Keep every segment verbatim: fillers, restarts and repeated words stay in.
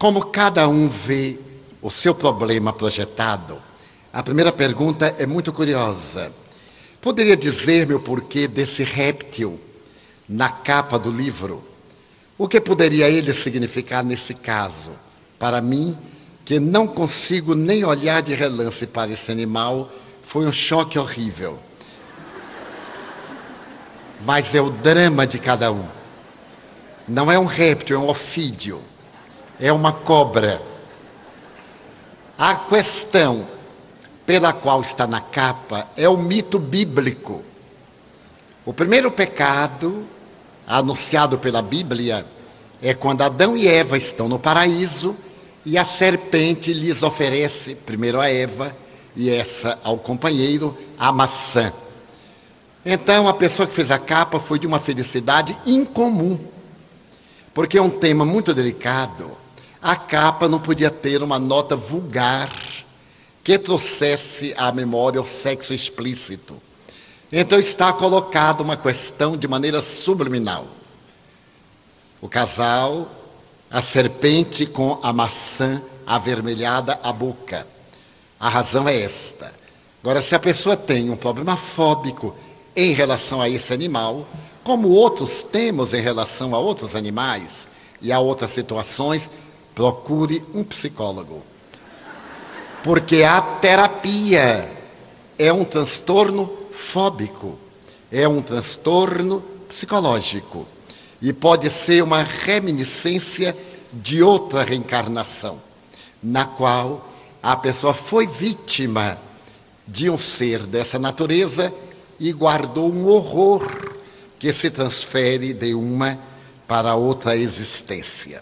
Como cada um vê o seu problema projetado, a primeira pergunta é muito curiosa. Poderia dizer-me o porquê desse réptil na capa do livro? O que poderia ele significar nesse caso? Para mim, que não consigo nem olhar de relance para esse animal, foi um choque horrível. Mas é o drama de cada um. Não é um réptil, é um ofídio. É uma cobra. A questão pela qual está na capa é o mito bíblico. O primeiro pecado anunciado pela Bíblia é quando Adão e Eva estão no paraíso e a serpente lhes oferece, primeiro a Eva e essa ao companheiro, a maçã. Então a pessoa que fez a capa foi de uma felicidade incomum, porque é um tema muito delicado. A capa não podia ter uma nota vulgar que trouxesse à memória o sexo explícito. Então está colocada uma questão de maneira subliminal. O casal, a serpente com a maçã avermelhada à boca. A razão é esta. Agora, se a pessoa tem um problema fóbico em relação a esse animal, como outros temos em relação a outros animais e a outras situações, procure um psicólogo. Porque a terapia é um transtorno fóbico, é um transtorno psicológico e pode ser uma reminiscência de outra reencarnação, na qual a pessoa foi vítima de um ser dessa natureza e guardou um horror que se transfere de uma para outra existência.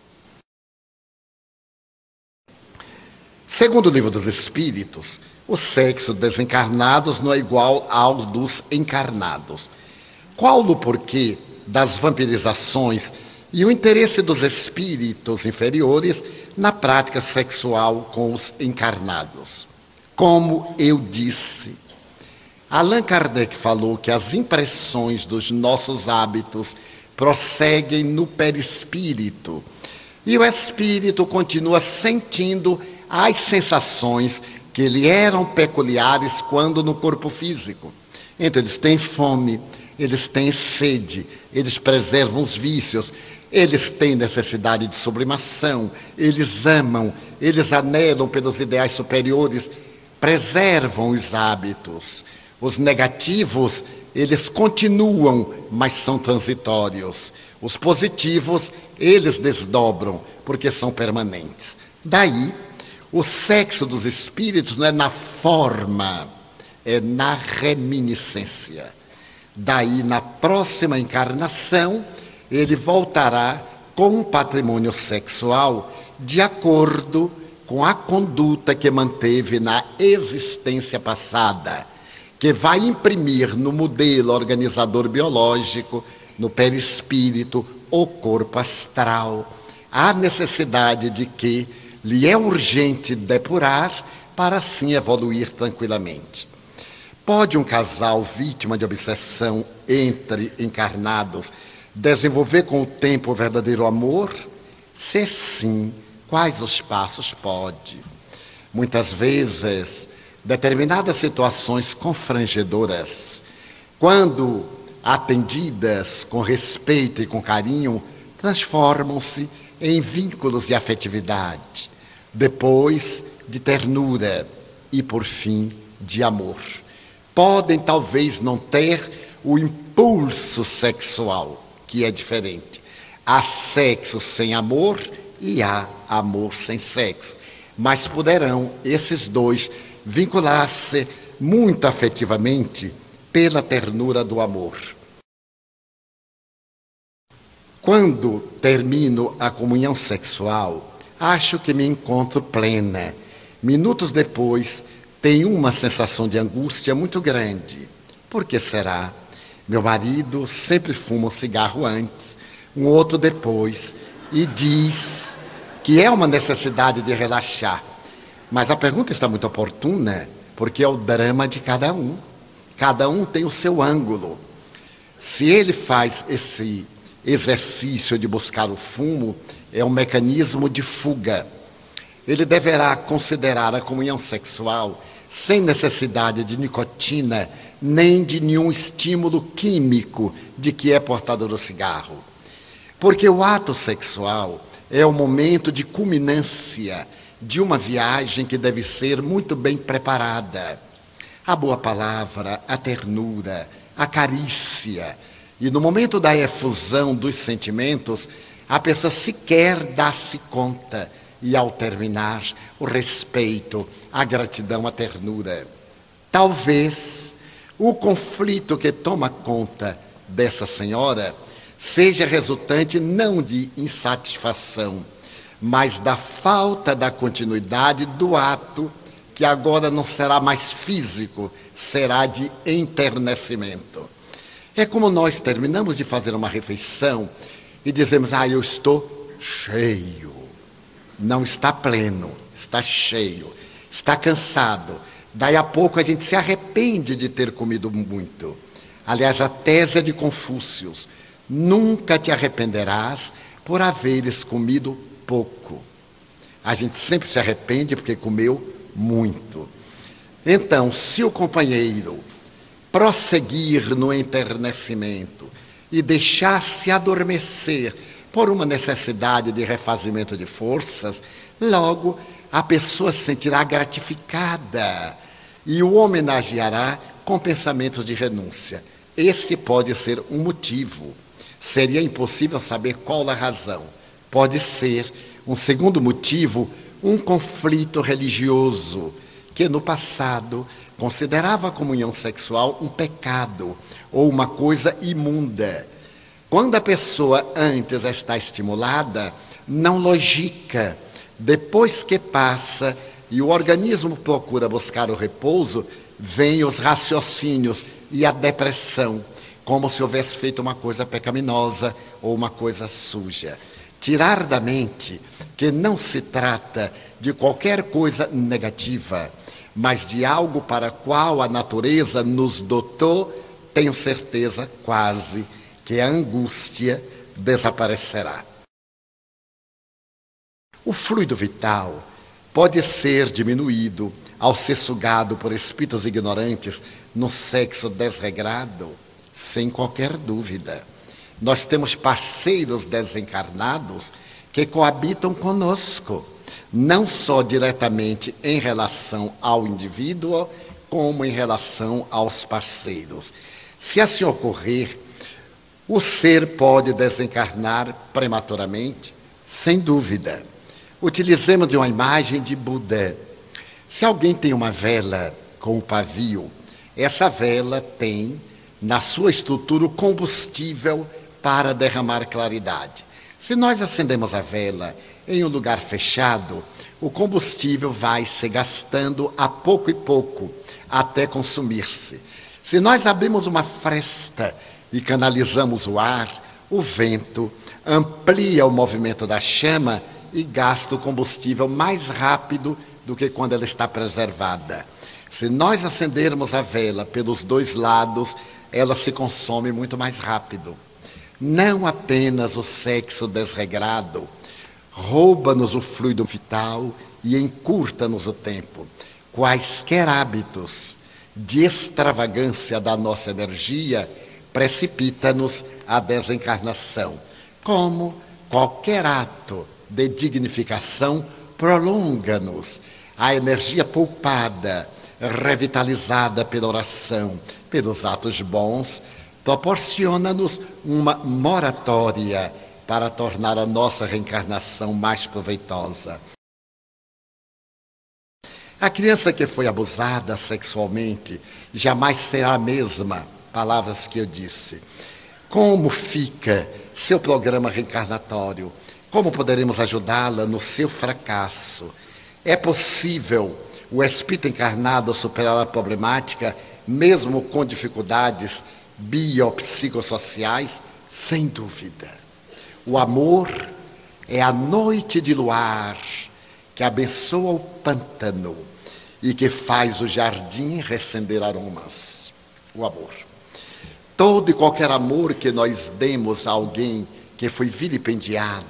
Segundo o Livro dos Espíritos, o sexo dos desencarnados não é igual ao dos encarnados. Qual o porquê das vampirizações e o interesse dos espíritos inferiores na prática sexual com os encarnados? Como eu disse, Allan Kardec falou que as impressões dos nossos hábitos prosseguem no perispírito e o espírito continua sentindo as sensações que lhe eram peculiares quando no corpo físico. Então eles têm fome, eles têm sede, eles preservam os vícios, eles têm necessidade de sublimação, eles amam, eles anelam pelos ideais superiores, preservam os hábitos. Os negativos, eles continuam, mas são transitórios. Os positivos, eles desdobram, porque são permanentes. Daí, o sexo dos espíritos não é na forma, é na reminiscência. Daí, na próxima encarnação, ele voltará com um patrimônio sexual de acordo com a conduta que manteve na existência passada, que vai imprimir no modelo organizador biológico, no perispírito, o corpo astral, a necessidade de que lhe é urgente depurar para assim evoluir tranquilamente. Pode um casal vítima de obsessão entre encarnados desenvolver com o tempo o verdadeiro amor? Se sim, quais os passos pode? Muitas vezes, determinadas situações confrangedoras, quando atendidas com respeito e com carinho, transformam-se em vínculos de afetividade, depois de ternura e, por fim, de amor. Podem talvez não ter o impulso sexual, que é diferente. Há sexo sem amor e há amor sem sexo. Mas poderão esses dois vincular-se muito afetivamente pela ternura do amor. Quando termino a comunhão sexual, acho que me encontro plena. Minutos depois, tenho uma sensação de angústia muito grande. Por que será? Meu marido sempre fuma um cigarro antes, um outro depois, e diz que é uma necessidade de relaxar. Mas a pergunta está muito oportuna, porque é o drama de cada um. Cada um tem o seu ângulo. Se ele faz esse exercício de buscar o fumo, é um mecanismo de fuga. Ele deverá considerar a comunhão sexual sem necessidade de nicotina, nem de nenhum estímulo químico de que é portador o cigarro. Porque o ato sexual é o momento de culminância de uma viagem que deve ser muito bem preparada. A boa palavra, a ternura, a carícia. E no momento da efusão dos sentimentos, a pessoa sequer dá-se conta. E ao terminar, o respeito, a gratidão, a ternura. Talvez o conflito que toma conta dessa senhora seja resultante não de insatisfação, mas da falta da continuidade do ato, que agora não será mais físico, será de enternecimento. É como nós terminamos de fazer uma refeição e dizemos, ah, eu estou cheio. Não está pleno, está cheio, está cansado. Daí a pouco a gente se arrepende de ter comido muito. Aliás, a tese é de Confúcio: nunca te arrependerás por haveres comido pouco. A gente sempre se arrepende porque comeu muito. Então, se o companheiro prosseguir no enternecimento e deixar-se adormecer por uma necessidade de refazimento de forças, logo a pessoa se sentirá gratificada e o homenageará com pensamentos de renúncia. Esse pode ser um motivo. Seria impossível saber qual a razão. Pode ser, um segundo motivo, um conflito religioso, que no passado considerava a comunhão sexual um pecado ou uma coisa imunda. Quando a pessoa antes está estimulada, não logica. Depois que passa e o organismo procura buscar o repouso, vêm os raciocínios e a depressão, como se houvesse feito uma coisa pecaminosa ou uma coisa suja. Tirar da mente que não se trata de qualquer coisa negativa, mas de algo para qual a natureza nos dotou, tenho certeza quase que a angústia desaparecerá. O fluido vital pode ser diminuído ao ser sugado por espíritos ignorantes no sexo desregrado, sem qualquer dúvida. Nós temos parceiros desencarnados que coabitam conosco, não só diretamente em relação ao indivíduo, como em relação aos parceiros. Se assim ocorrer, o ser pode desencarnar prematuramente, sem dúvida. Utilizemos de uma imagem de Buda. Se alguém tem uma vela com o pavio, essa vela tem na sua estrutura o combustível para derramar claridade. Se nós acendemos a vela em um lugar fechado, o combustível vai se gastando a pouco e pouco, até consumir-se. Se nós abrimos uma fresta e canalizamos o ar, o vento amplia o movimento da chama e gasta o combustível mais rápido do que quando ela está preservada. Se nós acendermos a vela pelos dois lados, ela se consome muito mais rápido. Não apenas o sexo desregrado rouba-nos o fluido vital e encurta-nos o tempo. Quaisquer hábitos de extravagância da nossa energia precipita-nos à desencarnação, como qualquer ato de dignificação prolonga-nos. A energia poupada, revitalizada pela oração, pelos atos bons, proporciona-nos uma moratória para tornar a nossa reencarnação mais proveitosa. A criança que foi abusada sexualmente jamais será a mesma, palavras que eu disse. Como fica seu programa reencarnatório? Como poderemos ajudá-la no seu fracasso? É possível o espírito encarnado superar a problemática, mesmo com dificuldades biopsicossociais? Sem dúvida. O amor é a noite de luar que abençoa o pântano e que faz o jardim recender aromas. O amor. Todo e qualquer amor que nós demos a alguém que foi vilipendiado,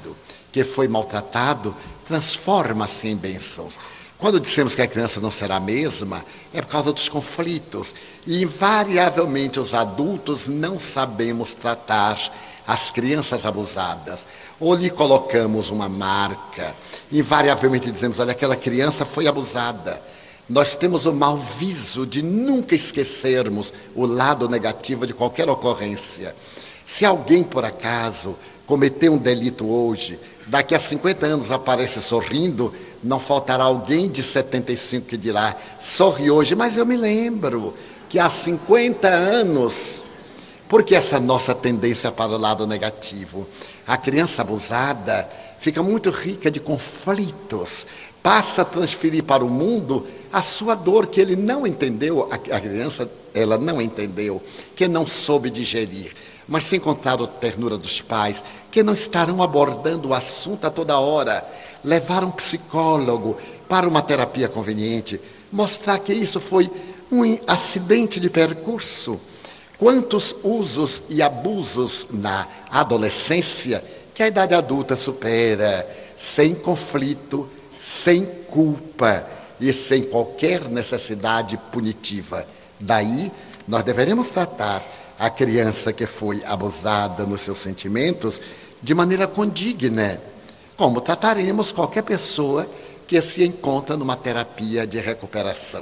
que foi maltratado, transforma-se em bênçãos. Quando dissemos que a criança não será a mesma, é por causa dos conflitos. E, invariavelmente, os adultos não sabemos tratar as crianças abusadas. Ou lhe colocamos uma marca. Invariavelmente dizemos, olha, aquela criança foi abusada. Nós temos o mau viso de nunca esquecermos o lado negativo de qualquer ocorrência. Se alguém, por acaso, cometeu um delito hoje, daqui a cinquenta anos aparece sorrindo, não faltará alguém de setenta e cinco que dirá, sorri hoje, mas eu me lembro que há cinquenta anos, porque essa nossa tendência para o lado negativo. A criança abusada fica muito rica de conflitos, passa a transferir para o mundo a sua dor que ele não entendeu, a criança ela não entendeu, que não soube digerir. Mas sem contar a ternura dos pais, que não estarão abordando o assunto a toda hora, levar um psicólogo para uma terapia conveniente, mostrar que isso foi um acidente de percurso. Quantos usos e abusos na adolescência que a idade adulta supera, sem conflito, sem culpa e sem qualquer necessidade punitiva. Daí, nós deveremos tratar a criança que foi abusada nos seus sentimentos de maneira condigna, como trataremos qualquer pessoa que se encontra numa terapia de recuperação.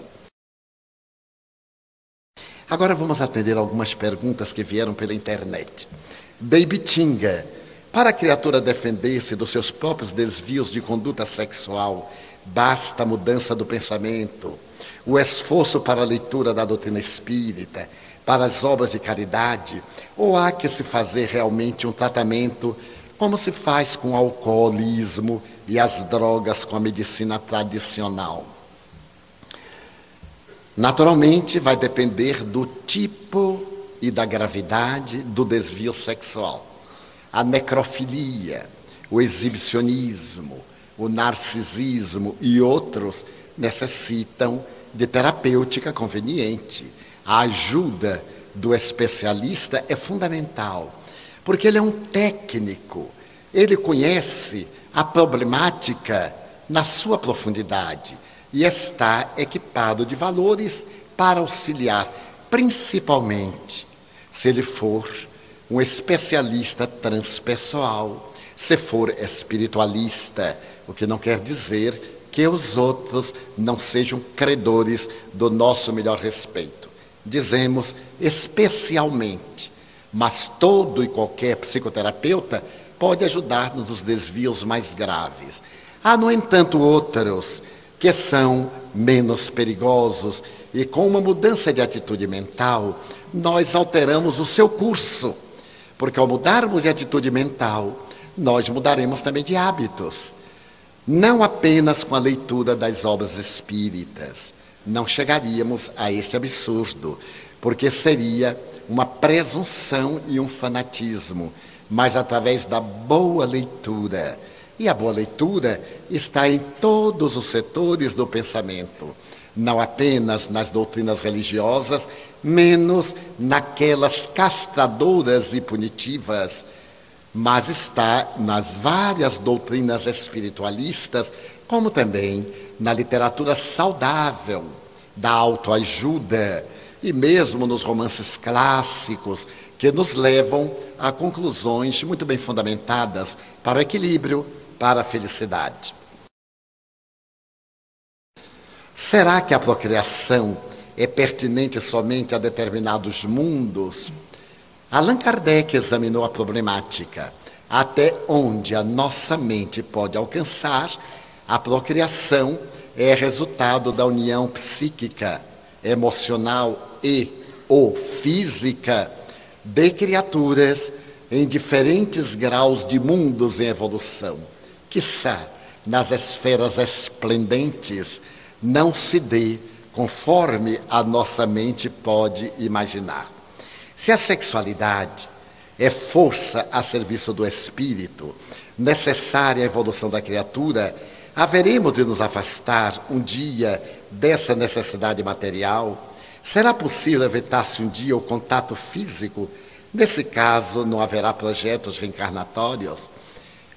Agora vamos atender algumas perguntas que vieram pela internet. Baby Tinga, para a criatura defender-se dos seus próprios desvios de conduta sexual, basta a mudança do pensamento, o esforço para a leitura da doutrina espírita, para as obras de caridade, ou há que se fazer realmente um tratamento como se faz com o alcoolismo e as drogas com a medicina tradicional? Naturalmente, vai depender do tipo e da gravidade do desvio sexual. A necrofilia, o exibicionismo, o narcisismo e outros necessitam de terapêutica conveniente. A ajuda do especialista é fundamental, porque ele é um técnico, ele conhece a problemática na sua profundidade e está equipado de valores para auxiliar, principalmente se ele for um especialista transpessoal, se for espiritualista, o que não quer dizer que os outros não sejam credores do nosso melhor respeito. Dizemos especialmente, mas todo e qualquer psicoterapeuta pode ajudar-nos nos desvios mais graves. Há, no entanto, outros que são menos perigosos e com uma mudança de atitude mental, nós alteramos o seu curso, porque ao mudarmos de atitude mental, nós mudaremos também de hábitos. Não apenas com a leitura das obras espíritas, não chegaríamos a este absurdo, porque seria uma presunção e um fanatismo, mas através da boa leitura. E a boa leitura está em todos os setores do pensamento, não apenas nas doutrinas religiosas, menos naquelas castradoras e punitivas, mas está nas várias doutrinas espiritualistas, como também na literatura saudável, da autoajuda, e mesmo nos romances clássicos, que nos levam a conclusões muito bem fundamentadas para o equilíbrio, para a felicidade. Será que a procriação é pertinente somente a determinados mundos? Allan Kardec examinou a problemática, até onde a nossa mente pode alcançar. A procriação é resultado da união psíquica, emocional e ou física de criaturas em diferentes graus de mundos em evolução. Quiçá, nas esferas esplendentes, não se dê conforme a nossa mente pode imaginar. Se a sexualidade é força a serviço do espírito, necessária à evolução da criatura, haveremos de nos afastar um dia dessa necessidade material? Será possível evitar-se um dia o contato físico? Nesse caso, não haverá projetos reencarnatórios?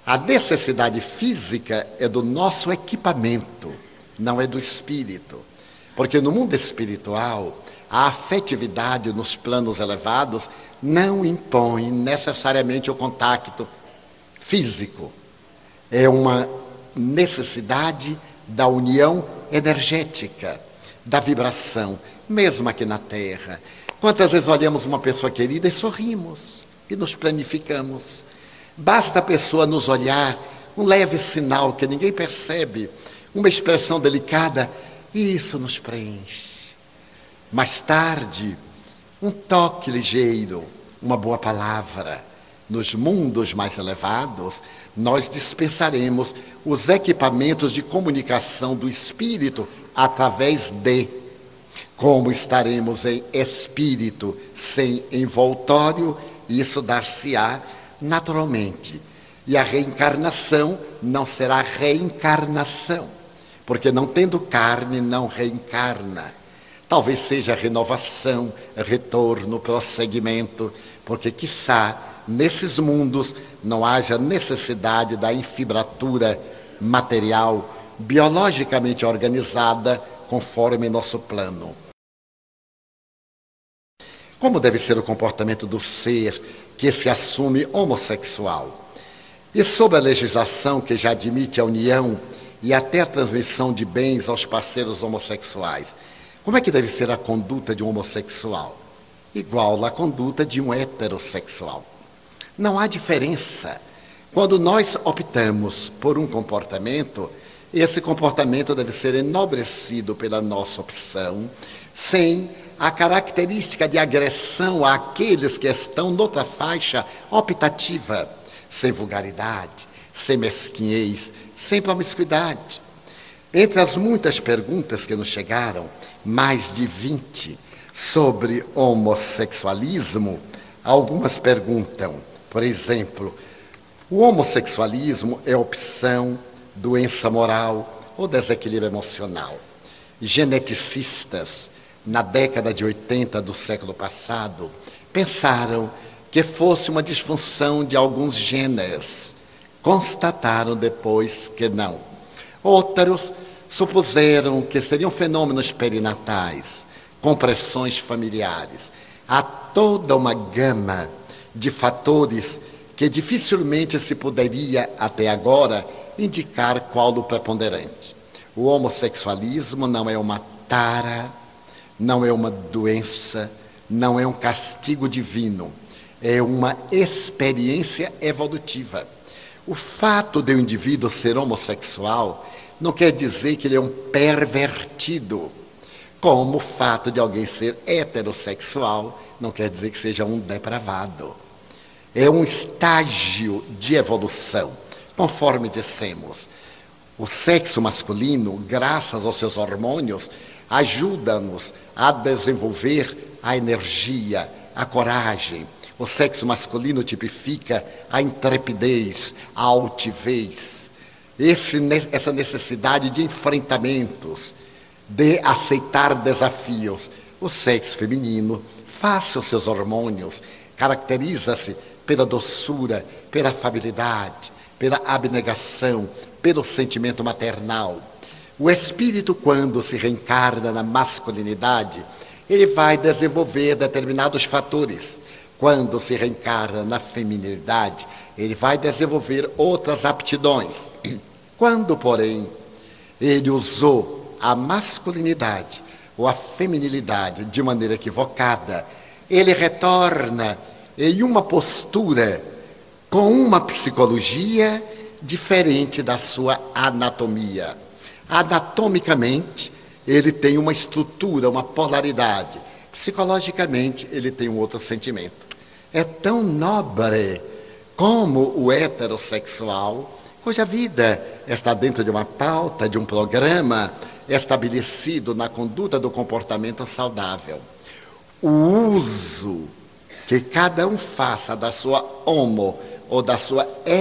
A necessidade física é do nosso equipamento, não é do espírito. Porque no mundo espiritual, a afetividade nos planos elevados não impõe necessariamente o contato físico. É uma necessidade da união energética, da vibração, mesmo aqui na Terra. Quantas vezes olhamos uma pessoa querida e sorrimos, e nos planificamos. Basta a pessoa nos olhar, um leve sinal que ninguém percebe, uma expressão delicada, e isso nos preenche. Mais tarde, um toque ligeiro, uma boa palavra. Nos mundos mais elevados, nós dispensaremos os equipamentos de comunicação do espírito através de. Como estaremos em espírito sem envoltório, isso dar-se-á naturalmente. E a reencarnação não será reencarnação, porque não tendo carne, não reencarna. Talvez seja renovação, retorno, prosseguimento, porque, quiçá, nesses mundos não haja necessidade da infibratura material, biologicamente organizada, conforme nosso plano. Como deve ser o comportamento do ser que se assume homossexual? E sob a legislação que já admite a união e até a transmissão de bens aos parceiros homossexuais, como é que deve ser a conduta de um homossexual? Igual à conduta de um heterossexual. Não há diferença. Quando nós optamos por um comportamento, esse comportamento deve ser enobrecido pela nossa opção, sem a característica de agressão àqueles que estão noutra faixa optativa, sem vulgaridade, sem mesquinhez, sem promiscuidade. Entre as muitas perguntas que nos chegaram, mais de vinte, sobre homossexualismo, algumas perguntam, por exemplo, o homossexualismo é opção, doença moral ou desequilíbrio emocional? Geneticistas, na década de oitenta do século passado, pensaram que fosse uma disfunção de alguns genes. Constataram depois que não. Outros supuseram que seriam fenômenos perinatais, compressões familiares. Há toda uma gama de fatores que dificilmente se poderia, até agora, indicar qual o preponderante. O homossexualismo não é uma tara, não é uma doença, não é um castigo divino, é uma experiência evolutiva. O fato de um indivíduo ser homossexual não quer dizer que ele é um pervertido, como o fato de alguém ser heterossexual não quer dizer que seja um depravado. É um estágio de evolução, conforme dissemos. O sexo masculino, graças aos seus hormônios, ajuda-nos a desenvolver a energia, a coragem. O sexo masculino tipifica a intrepidez, a altivez, esse, essa necessidade de enfrentamentos, de aceitar desafios. O sexo feminino, face aos seus hormônios, caracteriza-se pela doçura, pela afabilidade, pela abnegação, pelo sentimento maternal. O espírito, quando se reencarna na masculinidade, ele vai desenvolver determinados fatores. Quando se reencarna na feminilidade, ele vai desenvolver outras aptidões. Quando, porém, ele usou a masculinidade ou a feminilidade de maneira equivocada, ele retorna em uma postura com uma psicologia diferente da sua anatomia. Anatomicamente, ele tem uma estrutura, uma polaridade. Psicologicamente, ele tem um outro sentimento. É tão nobre como o heterossexual, cuja vida está dentro de uma pauta, de um programa estabelecido na conduta do comportamento saudável. O uso que cada um faça da sua homo ou da sua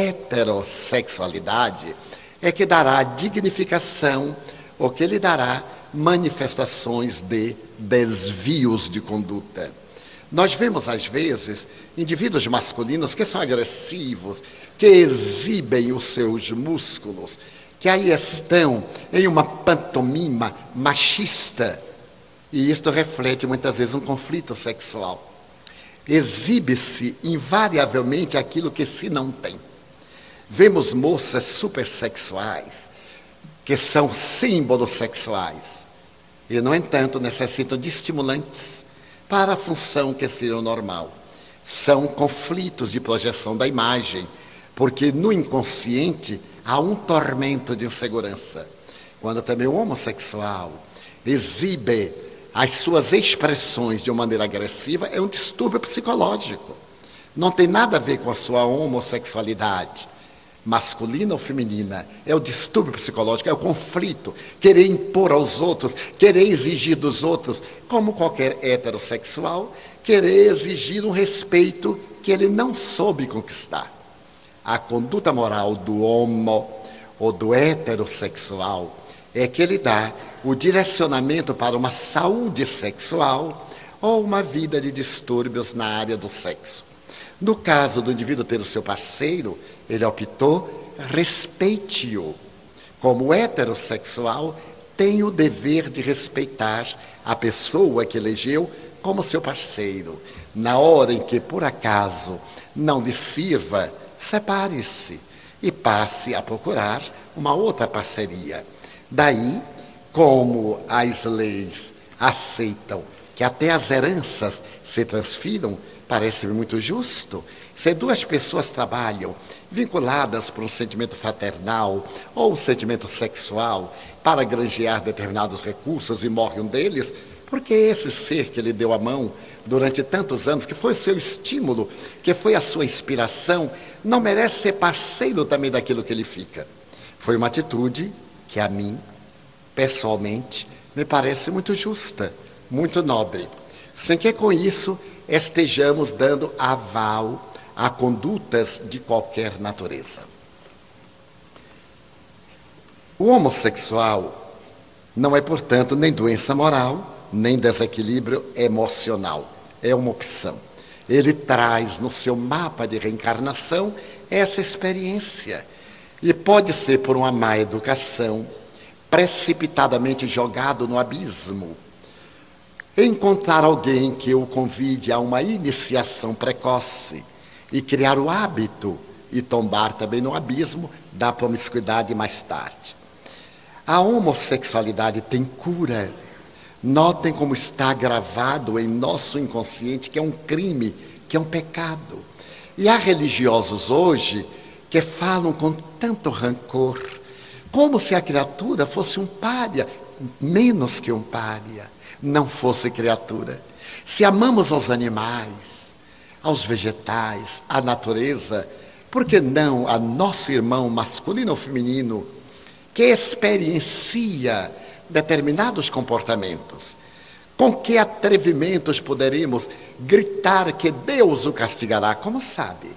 heterossexualidade é que dará dignificação ou que lhe dará manifestações de desvios de conduta. Nós vemos, às vezes, indivíduos masculinos que são agressivos, que exibem os seus músculos, que aí estão em uma pantomima machista. E isto reflete, muitas vezes, um conflito sexual. Exibe-se, invariavelmente, aquilo que se não tem. Vemos moças supersexuais, que são símbolos sexuais, e, no entanto, necessitam de estimulantes para a função que seria o normal. São conflitos de projeção da imagem, porque no inconsciente há um tormento de insegurança. Quando também o homossexual exibe as suas expressões de uma maneira agressiva, é um distúrbio psicológico. Não tem nada a ver com a sua homossexualidade, masculina ou feminina. É o distúrbio psicológico, é o conflito, querer impor aos outros, querer exigir dos outros, como qualquer heterossexual, querer exigir um respeito que ele não soube conquistar. A conduta moral do homo ou do heterossexual é que ele dá o direcionamento para uma saúde sexual ou uma vida de distúrbios na área do sexo. No caso do indivíduo ter o seu parceiro, ele optou, respeite-o. Como heterossexual, tem o dever de respeitar a pessoa que elegeu como seu parceiro. Na hora em que, por acaso, não lhe sirva, separe-se e passe a procurar uma outra parceria. Daí, como as leis aceitam que até as heranças se transfiram, parece-me muito justo. Se duas pessoas trabalham vinculadas por um sentimento fraternal ou um sentimento sexual para granjear determinados recursos e morre um deles, porque esse ser que lhe deu a mão durante tantos anos, que foi o seu estímulo, que foi a sua inspiração, não merece ser parceiro também daquilo que ele fica. Foi uma atitude que a mim, pessoalmente, me parece muito justa, muito nobre, sem que com isso estejamos dando aval a condutas de qualquer natureza. O homossexual não é, portanto, nem doença moral, nem desequilíbrio emocional. É uma opção. Ele traz no seu mapa de reencarnação essa experiência. E pode ser por uma má educação, precipitadamente jogado no abismo. Encontrar alguém que o convide a uma iniciação precoce e criar o hábito e tombar também no abismo da promiscuidade mais tarde. A homossexualidade tem cura. Notem como está gravado em nosso inconsciente que é um crime, que é um pecado. E há religiosos hoje que falam com tanto rancor, como se a criatura fosse um pária, menos que um pária, não fosse criatura. Se amamos aos animais, aos vegetais, à natureza, por que não a nosso irmão masculino ou feminino, que experiencia determinados comportamentos? Com que atrevimentos poderemos gritar que Deus o castigará? Como sabe?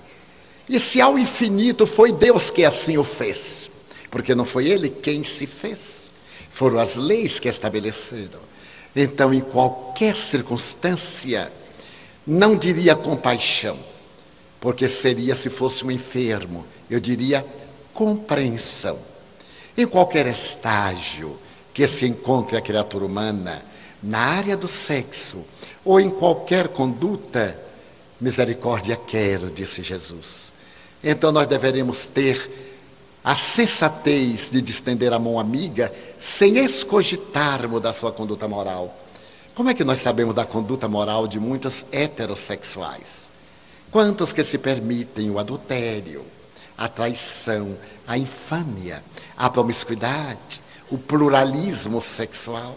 E se ao infinito foi Deus que assim o fez? Porque não foi ele quem se fez. Foram as leis que estabeleceram. Então, em qualquer circunstância, não diria compaixão, porque seria se fosse um enfermo. Eu diria compreensão. Em qualquer estágio que se encontre a criatura humana, na área do sexo, ou em qualquer conduta, misericórdia quero, disse Jesus. Então nós deveremos ter a sensatez de estender a mão amiga sem escogitarmos da sua conduta moral. Como é que nós sabemos da conduta moral de muitos heterossexuais? Quantos que se permitem o adultério, a traição, a infâmia, a promiscuidade, o pluralismo sexual?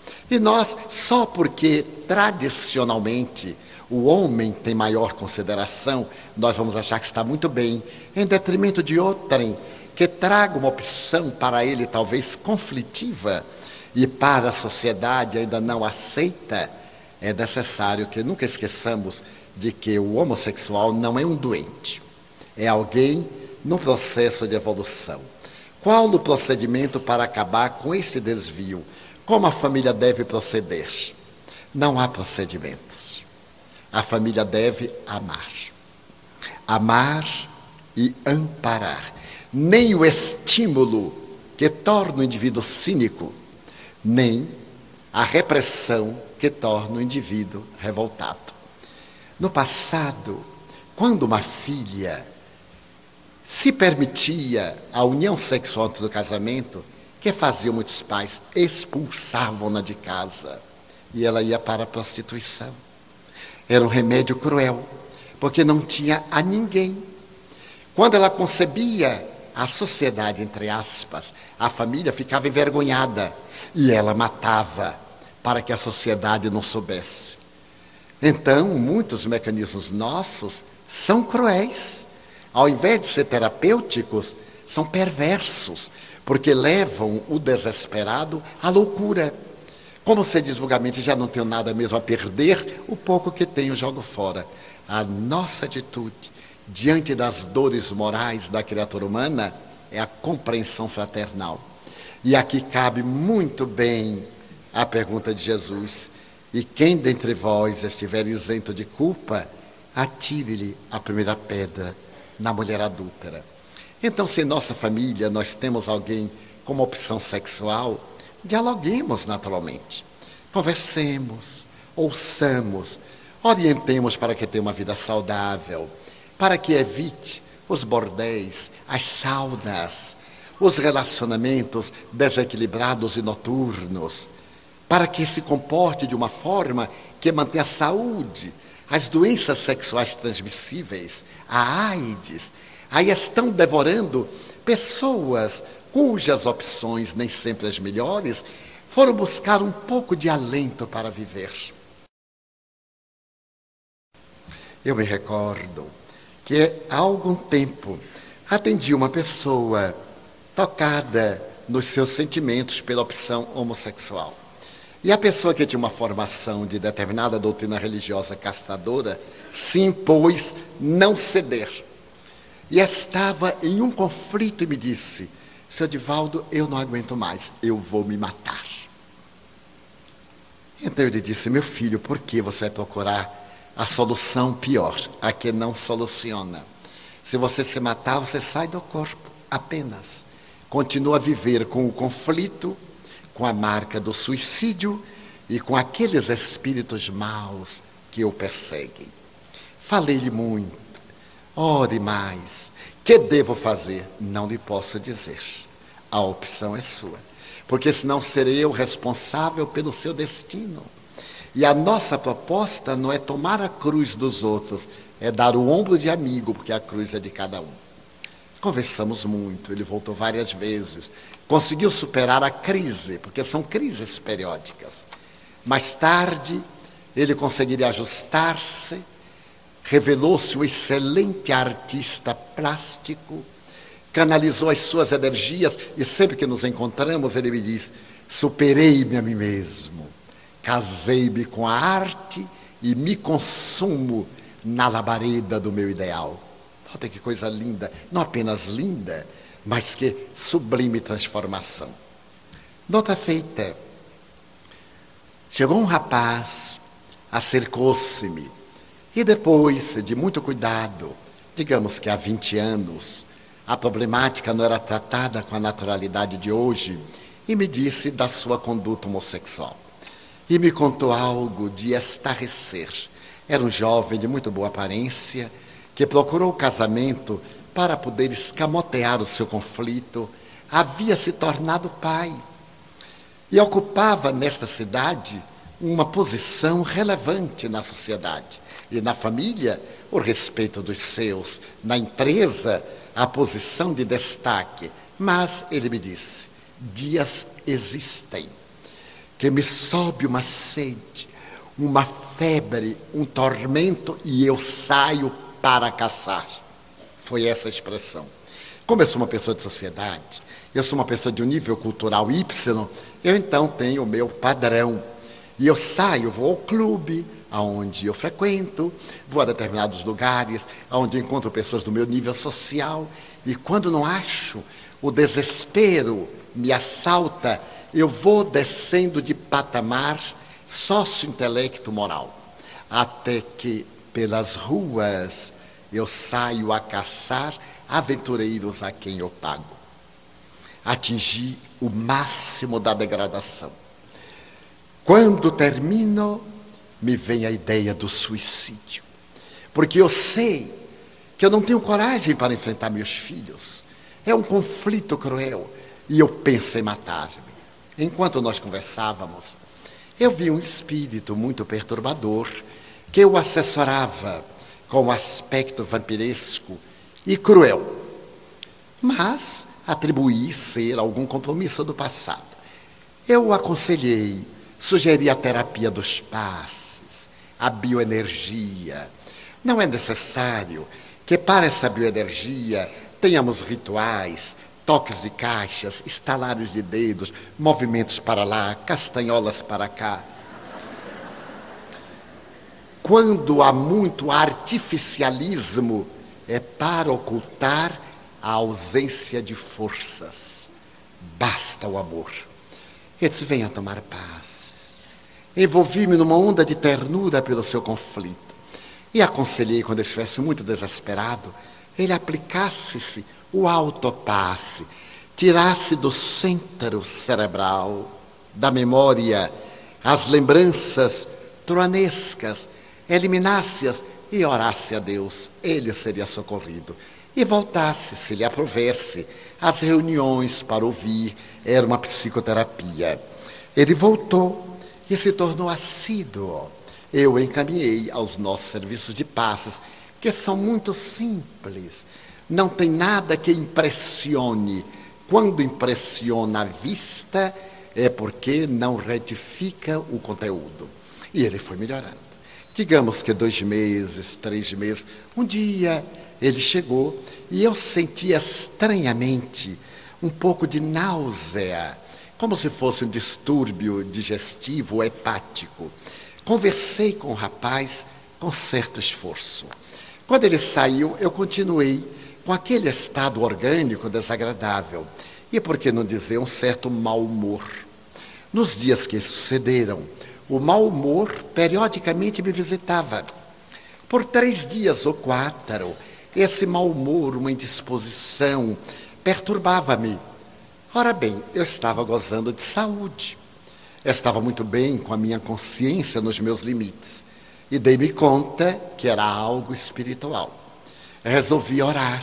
E nós, só porque tradicionalmente o homem tem maior consideração, nós vamos achar que está muito bem, em detrimento de outrem, que traga uma opção para ele talvez conflitiva e para a sociedade ainda não aceita. É necessário que nunca esqueçamos de que o homossexual não é um doente, é alguém no processo de evolução. Qual o procedimento para acabar com esse desvio? Como a família deve proceder? Não há procedimentos. A família deve amar. Amar e amparar. Nem o estímulo que torna o indivíduo cínico, nem a repressão que torna o indivíduo revoltado. No passado, quando uma filha se permitia a união sexual antes do casamento, o que faziam muitos pais? Expulsavam-na de casa e ela ia para a prostituição. Era um remédio cruel, porque não tinha a ninguém. Quando ela concebia a sociedade, entre aspas, a família ficava envergonhada e ela matava para que a sociedade não soubesse. Então, muitos mecanismos nossos são cruéis. Ao invés de ser terapêuticos, são perversos, porque levam o desesperado à loucura. Como você diz vulgarmente, já não tenho nada mesmo a perder, o pouco que tenho jogo fora. A nossa atitude diante das dores morais da criatura humana é a compreensão fraternal. E aqui cabe muito bem a pergunta de Jesus: e quem dentre vós estiver isento de culpa, atire-lhe a primeira pedra na mulher adúltera. Então, se em nossa família nós temos alguém com uma opção sexual, dialoguemos naturalmente, conversemos, ouçamos, orientemos para que tenha uma vida saudável, para que evite os bordéis, as saunas, os relacionamentos desequilibrados e noturnos, para que se comporte de uma forma que mantenha a saúde. As doenças sexuais transmissíveis, a AIDS, aí estão devorando pessoas cujas opções, nem sempre as melhores, foram buscar um pouco de alento para viver. Eu me recordo que há algum tempo atendi uma pessoa tocada nos seus sentimentos pela opção homossexual. E a pessoa que tinha uma formação de determinada doutrina religiosa castradora se impôs não ceder. E estava em um conflito e me disse: seu Divaldo, eu não aguento mais, eu vou me matar. Então eu lhe disse: meu filho, por que você vai procurar a solução pior, a que não soluciona? Se você se matar, você sai do corpo, apenas. Continua a viver com o conflito, com a marca do suicídio e com aqueles espíritos maus que o perseguem. Falei-lhe muito, ore mais. Que devo fazer? Não lhe posso dizer. A opção é sua, porque senão serei eu responsável pelo seu destino. E a nossa proposta não é tomar a cruz dos outros, é dar o ombro de amigo, porque a cruz é de cada um. Conversamos muito, ele voltou várias vezes, conseguiu superar a crise, porque são crises periódicas. Mais tarde, ele conseguiria ajustar-se, revelou-se um excelente artista plástico, canalizou as suas energias, e sempre que nos encontramos, ele me diz: superei-me a mim mesmo, casei-me com a arte e me consumo na labareda do meu ideal. Olha que coisa linda, não apenas linda, mas que sublime transformação. Nota feita, chegou um rapaz, acercou-se-me, e depois de muito cuidado, digamos que há vinte anos, a problemática não era tratada com a naturalidade de hoje, e me disse da sua conduta homossexual. E me contou algo de estarrecer. Era um jovem de muito boa aparência, que procurou o casamento para poder escamotear o seu conflito, havia se tornado pai. E ocupava nesta cidade uma posição relevante na sociedade. E na família, o respeito dos seus. Na empresa, a posição de destaque. Mas, ele me disse, dias existem que me sobe uma sede, uma febre, um tormento, e eu saio para caçar. Foi essa a expressão. Como eu sou uma pessoa de sociedade, eu sou uma pessoa de um nível cultural Y, eu então tenho o meu padrão. E eu saio, vou ao clube, aonde eu frequento, vou a determinados lugares, onde encontro pessoas do meu nível social, e quando não acho, o desespero me assalta, eu vou descendo de patamar sócio-intelecto moral. até que pelas ruas eu saio a caçar aventureiros a quem eu pago. Atingi o máximo da degradação. Quando termino, me vem a ideia do suicídio. Porque eu sei que eu não tenho coragem para enfrentar meus filhos. É um conflito cruel. E eu penso em matar-me. Enquanto nós conversávamos, eu vi um espírito muito perturbador que eu assessorava com um aspecto vampiresco e cruel. Mas atribuí ser algum compromisso do passado. Eu o aconselhei, sugeri a terapia dos passes, a bioenergia. Não é necessário que para essa bioenergia tenhamos rituais, toques de caixas, estalares de dedos, movimentos para lá, castanholas para cá. Quando há muito artificialismo, é para ocultar a ausência de forças. Basta o amor. Ele disse, venha tomar passes. Envolvi-me numa onda de ternura pelo seu conflito. E aconselhei, quando ele estivesse muito desesperado, ele aplicasse-se o autopasse, tirasse do centro cerebral, da memória, as lembranças troanescas, eliminasse-as e orasse a Deus. Ele seria socorrido. E voltasse, se lhe aprovesse, às reuniões para ouvir. Era uma psicoterapia. Ele voltou e se tornou assíduo. Eu o encaminhei aos nossos serviços de passes, que são muito simples. Não tem nada que impressione. Quando impressiona a vista, é porque não retifica o conteúdo. E ele foi melhorando. Digamos que dois meses, três meses, um dia ele chegou e eu senti estranhamente um pouco de náusea, como se fosse um distúrbio digestivo ou hepático. Conversei com o rapaz com certo esforço. Quando ele saiu, eu continuei com aquele estado orgânico desagradável. E por que não dizer um certo mau humor? Nos dias que sucederam, o mau humor periodicamente me visitava. Por três dias ou quatro, esse mau humor, uma indisposição, perturbava-me. Ora bem, eu estava gozando de saúde. Eu estava muito bem com a minha consciência nos meus limites. E dei-me conta que era algo espiritual. Resolvi orar.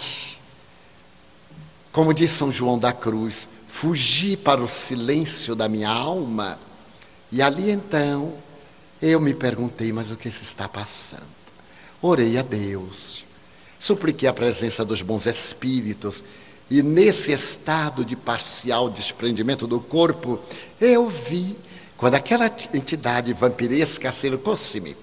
Como diz São João da Cruz, fugi para o silêncio da minha alma. E ali então, eu me perguntei, mas o que se está passando? Orei a Deus, supliquei a presença dos bons espíritos, e nesse estado de parcial desprendimento do corpo, eu vi, quando aquela entidade vampiresca acercou-se-me,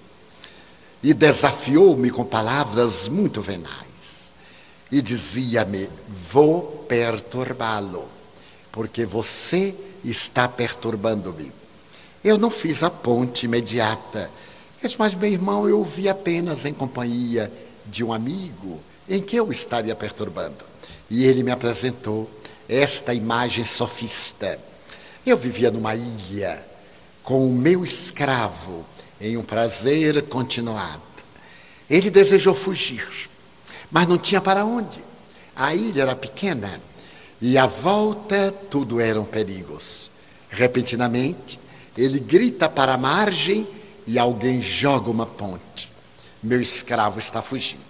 e desafiou-me com palavras muito venais, e dizia-me, vou perturbá-lo, porque você está perturbando-me. Eu não fiz a ponte imediata. Eu disse, mas meu irmão, eu o vi apenas em companhia de um amigo em que eu estaria perturbando. E ele me apresentou esta imagem sofista. Eu vivia numa ilha com o meu escravo em um prazer continuado. Ele desejou fugir, mas não tinha para onde. A ilha era pequena e à volta tudo eram perigos. Repentinamente, ele grita para a margem e alguém joga uma ponte. Meu escravo está fugindo.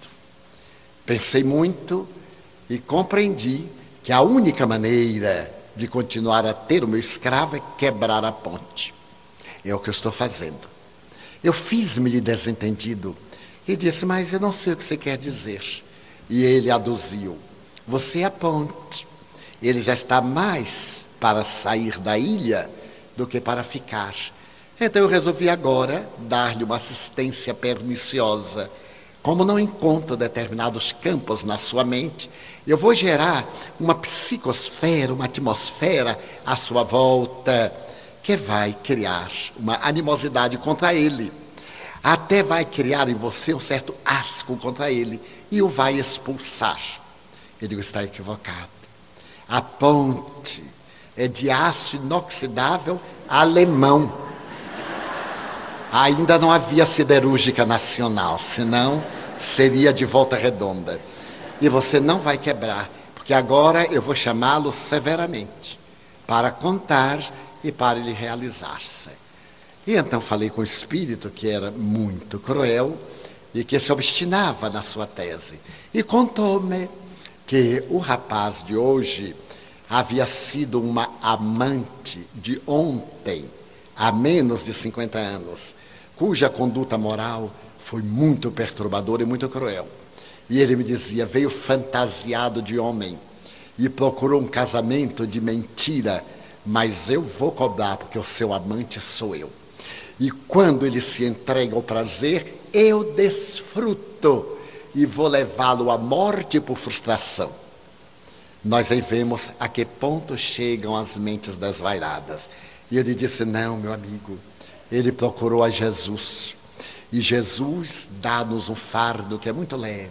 Pensei muito e compreendi que a única maneira de continuar a ter o meu escravo é quebrar a ponte. É o que eu estou fazendo. Eu fiz-me de desentendido e disse, mas eu não sei o que você quer dizer. E ele aduziu, você é a ponte. Ele já está mais para sair da ilha do que para ficar. Então eu resolvi agora dar-lhe uma assistência perniciosa. Como não encontro determinados campos na sua mente, eu vou gerar uma psicosfera, uma atmosfera à sua volta, que vai criar uma animosidade contra ele. Até vai criar em você um certo asco contra ele e o vai expulsar. Eu digo, está equivocado. A ponte é de aço inoxidável alemão. Ainda não havia siderúrgica nacional, senão seria de Volta Redonda. E você não vai quebrar, porque agora eu vou chamá-lo severamente, para contar e para ele realizar-se. E então falei com o espírito, que era muito cruel, e que se obstinava na sua tese. E contou-me que o rapaz de hoje havia sido uma amante de ontem, há menos de cinquenta anos, cuja conduta moral foi muito perturbadora e muito cruel. E ele me dizia, veio fantasiado de homem e procurou um casamento de mentira, mas eu vou cobrar, porque o seu amante sou eu. E quando ele se entrega ao prazer, eu desfruto e vou levá-lo à morte por frustração. Nós aí vemos a que ponto chegam as mentes desvairadas. E ele disse, não, meu amigo, ele procurou a Jesus. E Jesus dá-nos um fardo que é muito leve.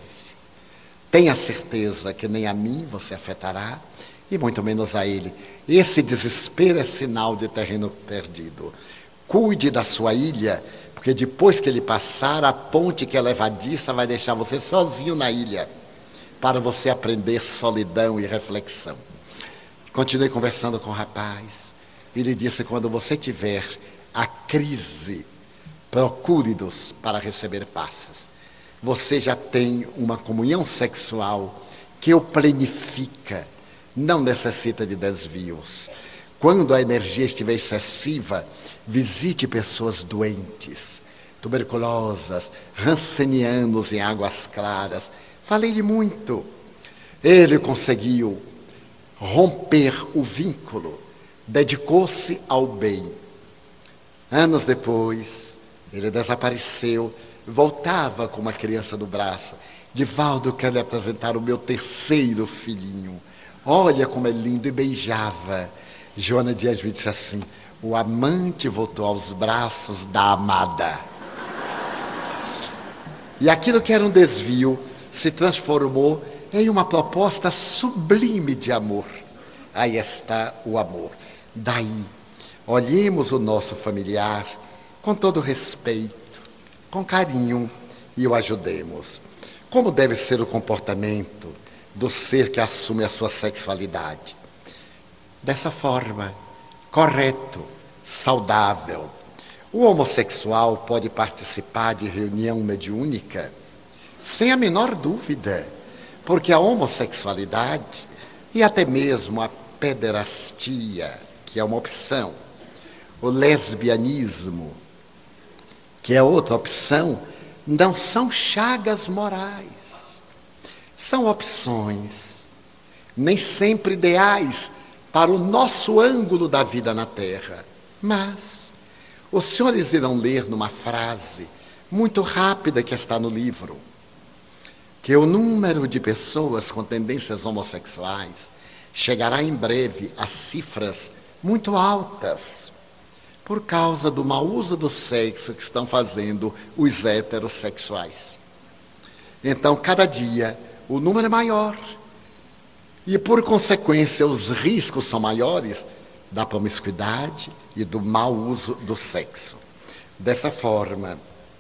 Tenha certeza que nem a mim você afetará, e muito menos a ele. Esse desespero é sinal de terreno perdido. Cuide da sua ilha, porque depois que ele passar, a ponte que é levadiça vai deixar você sozinho na ilha, para você aprender solidão e reflexão. Continuei conversando com o rapaz. Ele disse, quando você tiver a crise, procure-nos para receber passes. Você já tem uma comunhão sexual que o planifica, não necessita de desvios. Quando a energia estiver excessiva, visite pessoas doentes, tuberculosas, rancenianos em águas claras. Falei-lhe muito. Ele conseguiu romper o vínculo, dedicou-se ao bem. Anos depois, ele desapareceu, voltava com uma criança no braço. Divaldo, quero lhe apresentar o meu terceiro filhinho. Olha como é lindo, e beijava. Joana Dias me disse assim, o amante voltou aos braços da amada. E aquilo que era um desvio se transformou em uma proposta sublime de amor. Aí está o amor. Daí, olhemos o nosso familiar com todo respeito, com carinho, e o ajudemos. Como deve ser o comportamento do ser que assume a sua sexualidade? Dessa forma, correto, saudável. O homossexual pode participar de reunião mediúnica sem a menor dúvida, porque a homossexualidade e até mesmo a pederastia, que é uma opção, o lesbianismo, que é outra opção, não são chagas morais, são opções, nem sempre ideais para o nosso ângulo da vida na Terra. Mas os senhores irão ler numa frase muito rápida que está no livro, que o número de pessoas com tendências homossexuais chegará em breve a cifras muito altas, por causa do mau uso do sexo que estão fazendo os heterossexuais. Então, cada dia, o número é maior. E, por consequência, os riscos são maiores da promiscuidade e do mau uso do sexo. Dessa forma,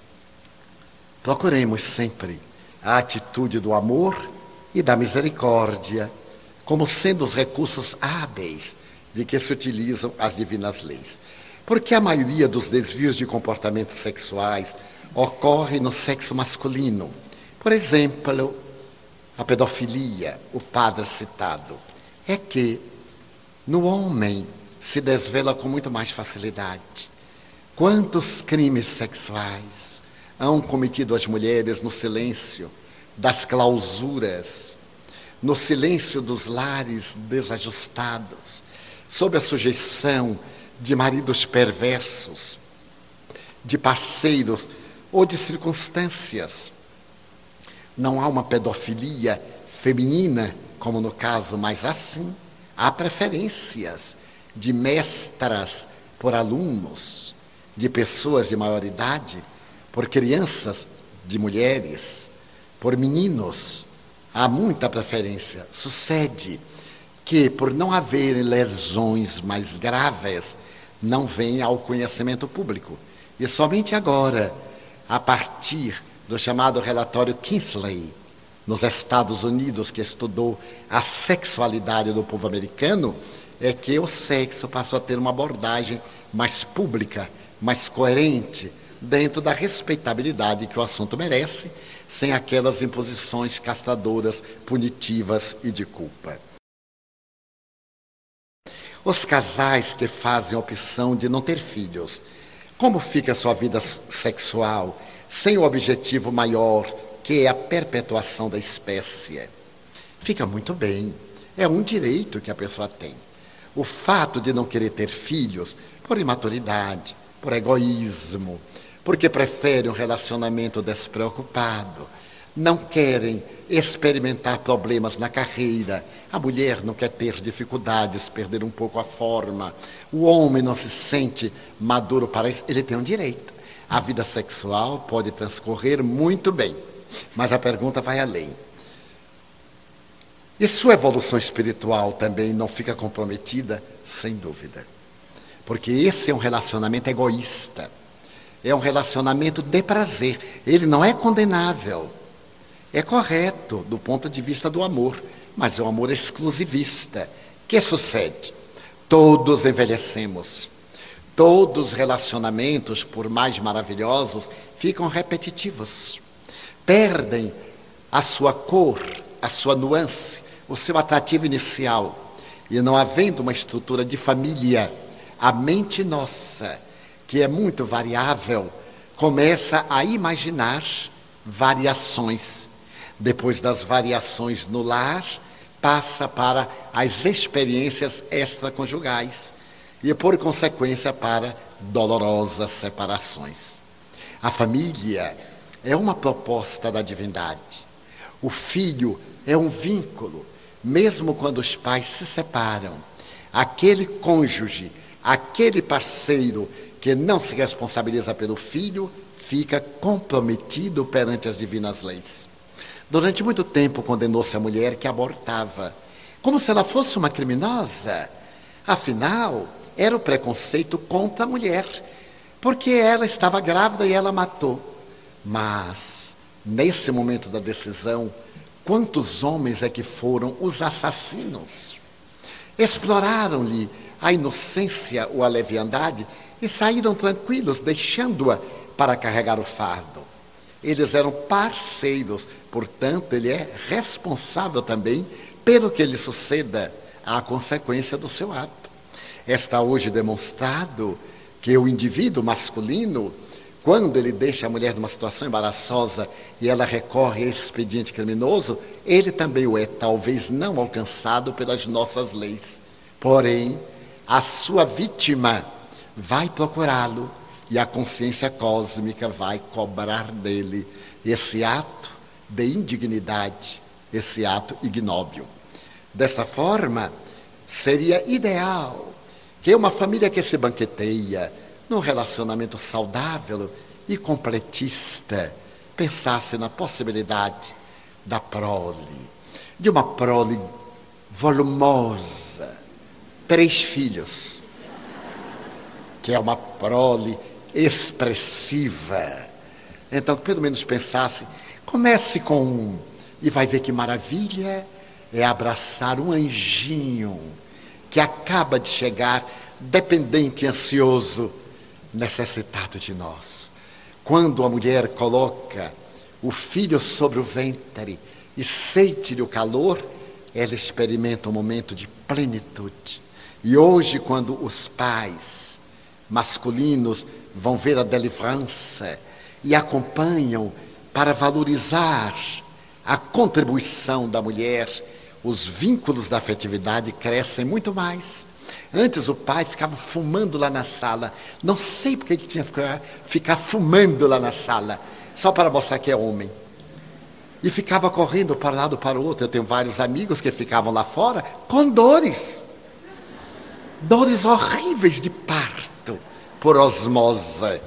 procuremos sempre a atitude do amor e da misericórdia, como sendo os recursos hábeis de que se utilizam as divinas leis. Porque a maioria dos desvios de comportamentos sexuais ocorre no sexo masculino. Por exemplo, a pedofilia, o padre citado, é que no homem se desvela com muito mais facilidade. Quantos crimes sexuais hão cometido as mulheres no silêncio das clausuras, no silêncio dos lares desajustados, sob a sujeição de maridos perversos, de parceiros ou de circunstâncias. Não há uma pedofilia feminina, como no caso, mas assim há preferências de mestras por alunos, de pessoas de maior idade, por crianças, de mulheres, por meninos. Há muita preferência. Sucede que, por não haverem lesões mais graves, não vem ao conhecimento público. E somente agora, a partir do chamado relatório Kinsley, nos Estados Unidos, que estudou a sexualidade do povo americano, é que o sexo passou a ter uma abordagem mais pública, mais coerente, dentro da respeitabilidade que o assunto merece, sem aquelas imposições castradoras, punitivas e de culpa. Os casais que fazem a opção de não ter filhos, como fica a sua vida sexual, sem o objetivo maior, que é a perpetuação da espécie? Fica muito bem, é um direito que a pessoa tem. O fato de não querer ter filhos, por imaturidade, por egoísmo, porque preferem um relacionamento despreocupado, não querem experimentar problemas na carreira, a mulher não quer ter dificuldades, perder um pouco a forma, o homem não se sente maduro para isso, ele tem um direito. A vida sexual pode transcorrer muito bem, mas a pergunta vai além. E sua evolução espiritual também não fica comprometida? Sem dúvida. Porque esse é um relacionamento egoísta. É um relacionamento de prazer. Ele não é condenável. É correto do ponto de vista do amor, mas é um amor exclusivista. O que sucede? Todos envelhecemos. Todos os relacionamentos, por mais maravilhosos, ficam repetitivos. Perdem a sua cor, a sua nuance, o seu atrativo inicial. E não havendo uma estrutura de família, a mente nossa, que é muito variável, começa a imaginar variações. Depois das variações no lar, passa para as experiências extraconjugais e, por consequência, para dolorosas separações. A família é uma proposta da divindade. O filho é um vínculo, mesmo quando os pais se separam. Aquele cônjuge, aquele parceiro que não se responsabiliza pelo filho, fica comprometido perante as divinas leis. Durante muito tempo condenou-se a mulher que abortava, como se ela fosse uma criminosa. Afinal, era o preconceito contra a mulher, porque ela estava grávida e ela matou. Mas, nesse momento da decisão, quantos homens é que foram os assassinos? Exploraram-lhe a inocência ou a leviandade e saíram tranquilos, deixando-a para carregar o fardo. Eles eram parceiros, portanto, ele é responsável também pelo que lhe suceda, à consequência do seu ato. Está hoje demonstrado que o indivíduo masculino, quando ele deixa a mulher numa situação embaraçosa e ela recorre a esse expediente criminoso, ele também o é, talvez não alcançado pelas nossas leis. Porém, a sua vítima vai procurá-lo e a consciência cósmica vai cobrar dele esse ato de indignidade, esse ato ignóbil. Dessa forma, seria ideal que uma família que se banqueteia num relacionamento saudável e completista pensasse na possibilidade da prole, de uma prole volumosa, três filhos, que é uma prole expressiva. Então, pelo menos pensasse, comece com um, e vai ver que maravilha é abraçar um anjinho que acaba de chegar, dependente, ansioso, necessitado de nós. Quando a mulher coloca o filho sobre o ventre e sente-lhe o calor, ela experimenta um momento de plenitude. E hoje, quando os pais masculinos vão ver a delivrance e acompanham para valorizar a contribuição da mulher, os vínculos da afetividade crescem muito mais. Antes o pai ficava fumando lá na sala, não sei porque ele tinha que ficar, ficar fumando lá na sala, só para mostrar que é homem. E ficava correndo para um lado para o outro. Eu tenho vários amigos que ficavam lá fora com dores, dores horríveis de parto, por osmose.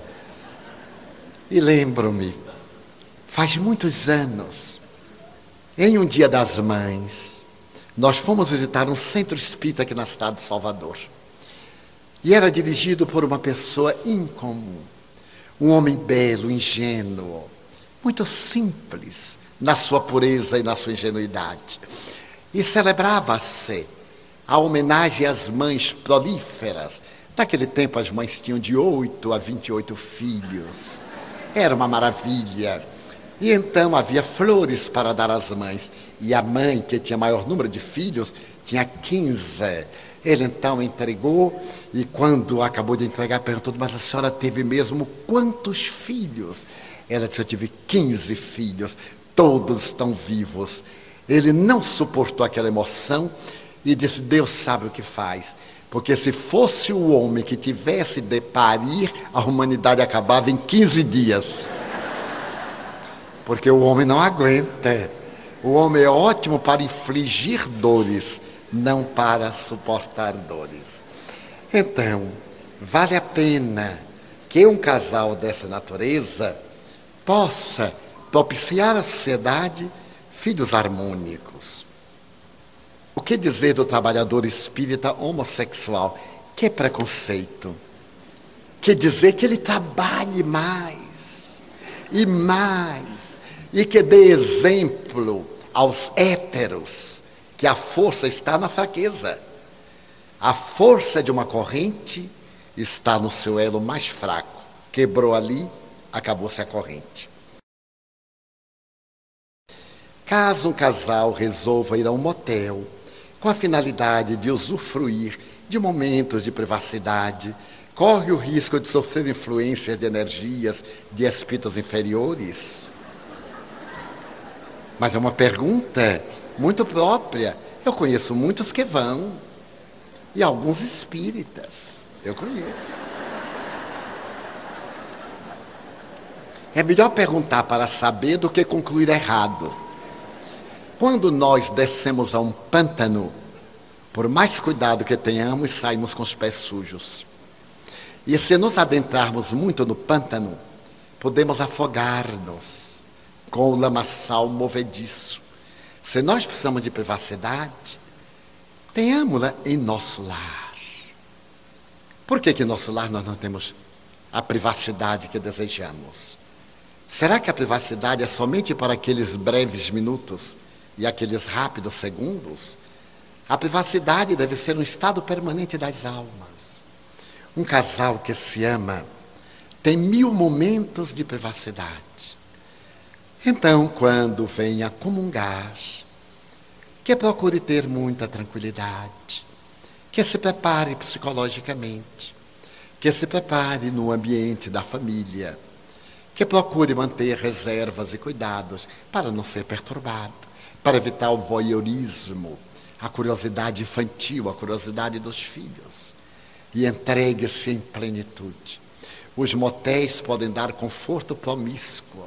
E lembro-me, faz muitos anos, em um dia das mães, nós fomos visitar um centro espírita aqui na cidade de Salvador. E era dirigido por uma pessoa incomum. Um homem belo, ingênuo, muito simples na sua pureza e na sua ingenuidade. E celebrava-se a homenagem às mães prolíferas. Naquele tempo as mães tinham de oito a vinte e oito filhos. Era uma maravilha. E então havia flores para dar às mães. E a mãe, que tinha maior número de filhos, tinha quinze. Ele então entregou, e quando acabou de entregar, perguntou: mas a senhora teve mesmo quantos filhos? Ela disse: eu tive quinze filhos, todos estão vivos. Ele não suportou aquela emoção e disse: Deus sabe o que faz. Porque se fosse o homem que tivesse de parir, a humanidade acabava em quinze dias. Porque o homem não aguenta. O homem é ótimo para infligir dores, não para suportar dores. Então, vale a pena que um casal dessa natureza possa propiciar à sociedade filhos harmônicos. O que dizer do trabalhador espírita homossexual? Que preconceito. Que dizer que ele trabalhe mais e mais, e que dê exemplo aos héteros que a força está na fraqueza. A força de uma corrente está no seu elo mais fraco. Quebrou ali, acabou-se a corrente. Caso um casal resolva ir a um motel com a finalidade de usufruir de momentos de privacidade, corre o risco de sofrer influências de energias de espíritos inferiores? Mas é uma pergunta muito própria. Eu conheço muitos que vão, e alguns espíritas, eu conheço. É melhor perguntar para saber do que concluir errado. Quando nós descemos a um pântano, por mais cuidado que tenhamos, saímos com os pés sujos. E se nos adentrarmos muito no pântano, podemos afogar-nos com o lamaçal movediço. Se nós precisamos de privacidade, tenhamos-la em nosso lar. Por que que em nosso lar nós não temos a privacidade que desejamos? Será que a privacidade é somente para aqueles breves minutos e aqueles rápidos segundos? A privacidade deve ser um estado permanente das almas. Um casal que se ama tem mil momentos de privacidade. Então, quando vem a comungar, que procure ter muita tranquilidade, que se prepare psicologicamente, que se prepare no ambiente da família, que procure manter reservas e cuidados para não ser perturbado, para evitar o voyeurismo, a curiosidade infantil, a curiosidade dos filhos, e entregue-se em plenitude. Os motéis podem dar conforto promíscuo,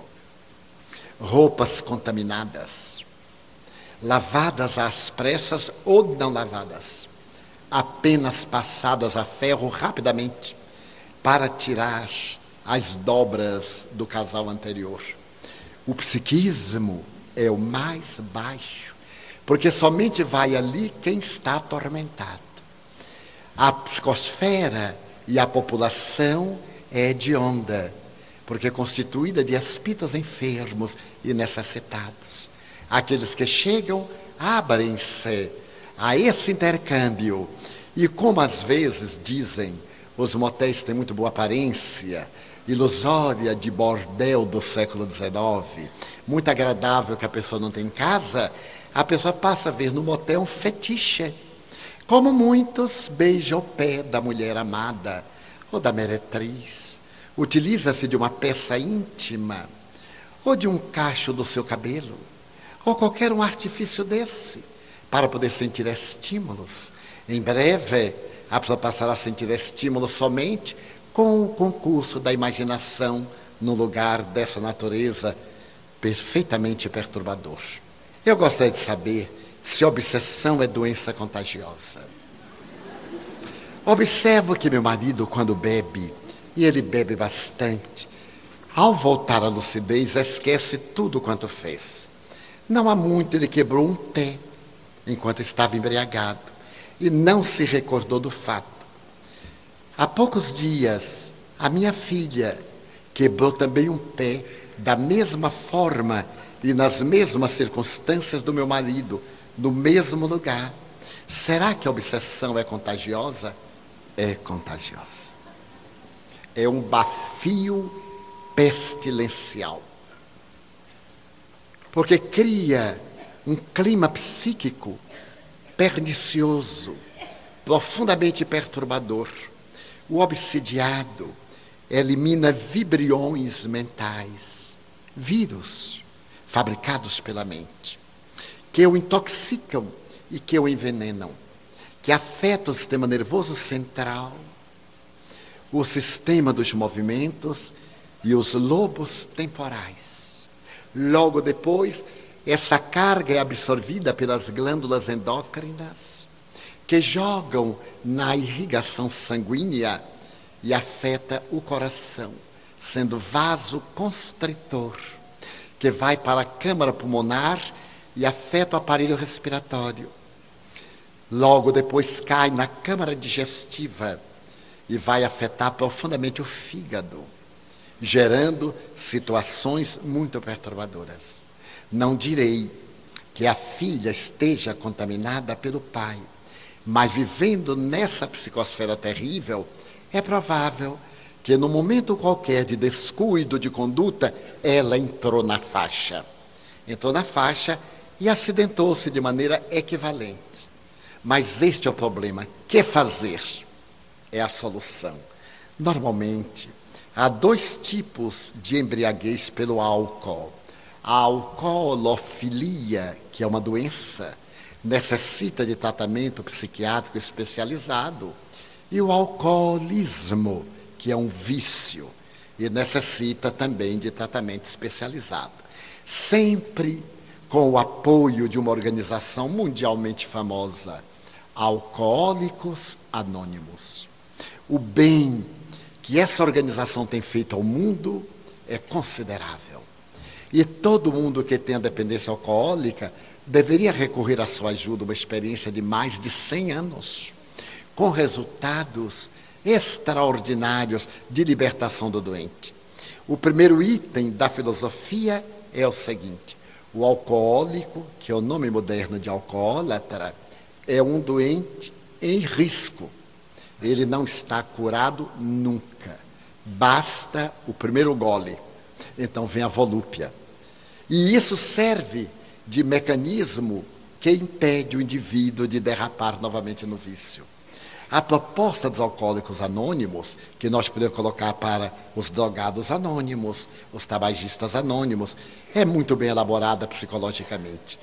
roupas contaminadas, lavadas às pressas ou não lavadas, apenas passadas a ferro rapidamente para tirar as dobras do casal anterior. O psiquismo é o mais baixo, porque somente vai ali quem está atormentado. A psicosfera e a população é hedionda, porque é constituída de espíritos enfermos e necessitados. Aqueles que chegam, abrem-se a esse intercâmbio. E como às vezes dizem, os motéis têm muito boa aparência, ilusória de bordel do século dezenove, muito agradável que a pessoa não tem em casa, a pessoa passa a ver no motel um fetiche. Como muitos beijam o pé da mulher amada ou da meretriz. Utiliza-se de uma peça íntima, ou de um cacho do seu cabelo, ou qualquer um artifício desse, para poder sentir estímulos. Em breve, a pessoa passará a sentir estímulos somente com o concurso da imaginação no lugar dessa natureza perfeitamente perturbador. Eu gostaria de saber se obsessão é doença contagiosa. Observo que meu marido, quando bebe, e ele bebe bastante, ao voltar à lucidez, esquece tudo quanto fez. Não há muito, ele quebrou um pé enquanto estava embriagado e não se recordou do fato. Há poucos dias, a minha filha, quebrou também um pé, da mesma forma e nas mesmas circunstâncias do meu marido, no mesmo lugar. Será que a obsessão é contagiosa? É contagiosa. É um bafio pestilencial. Porque cria um clima psíquico pernicioso, profundamente perturbador. O obsidiado elimina vibriões mentais, vírus fabricados pela mente, que o intoxicam e que o envenenam, que afetam o sistema nervoso central, o sistema dos movimentos e os lobos temporais. Logo depois, essa carga é absorvida pelas glândulas endócrinas, que jogam na irrigação sanguínea e afeta o coração, sendo vasoconstritor, que vai para a câmara pulmonar e afeta o aparelho respiratório. Logo depois cai na câmara digestiva e vai afetar profundamente o fígado, gerando situações muito perturbadoras. Não direi que a filha esteja contaminada pelo pai, mas vivendo nessa psicosfera terrível, é provável que no momento qualquer de descuido de conduta, ela entrou na faixa. Entrou na faixa e acidentou-se de maneira equivalente. Mas este é o problema. Que fazer? É a solução. Normalmente, há dois tipos de embriaguez pelo álcool. A alcoolofilia, que é uma doença, necessita de tratamento psiquiátrico especializado, e o alcoolismo, que é um vício, e necessita também de tratamento especializado. Sempre com o apoio de uma organização mundialmente famosa, Alcoólicos Anônimos. O bem que essa organização tem feito ao mundo é considerável. E todo mundo que tem a dependência alcoólica deveria recorrer à sua ajuda, uma experiência de mais de cem anos, com resultados extraordinários de libertação do doente. O primeiro item da filosofia é o seguinte: o alcoólico, que é o nome moderno de alcoólatra, é um doente em risco. Ele não está curado nunca. Basta o primeiro gole. Então vem a volúpia. E isso serve de mecanismo que impede o indivíduo de derrapar novamente no vício. A proposta dos alcoólicos anônimos, que nós podemos colocar para os drogados anônimos, os tabagistas anônimos, é muito bem elaborada psicologicamente.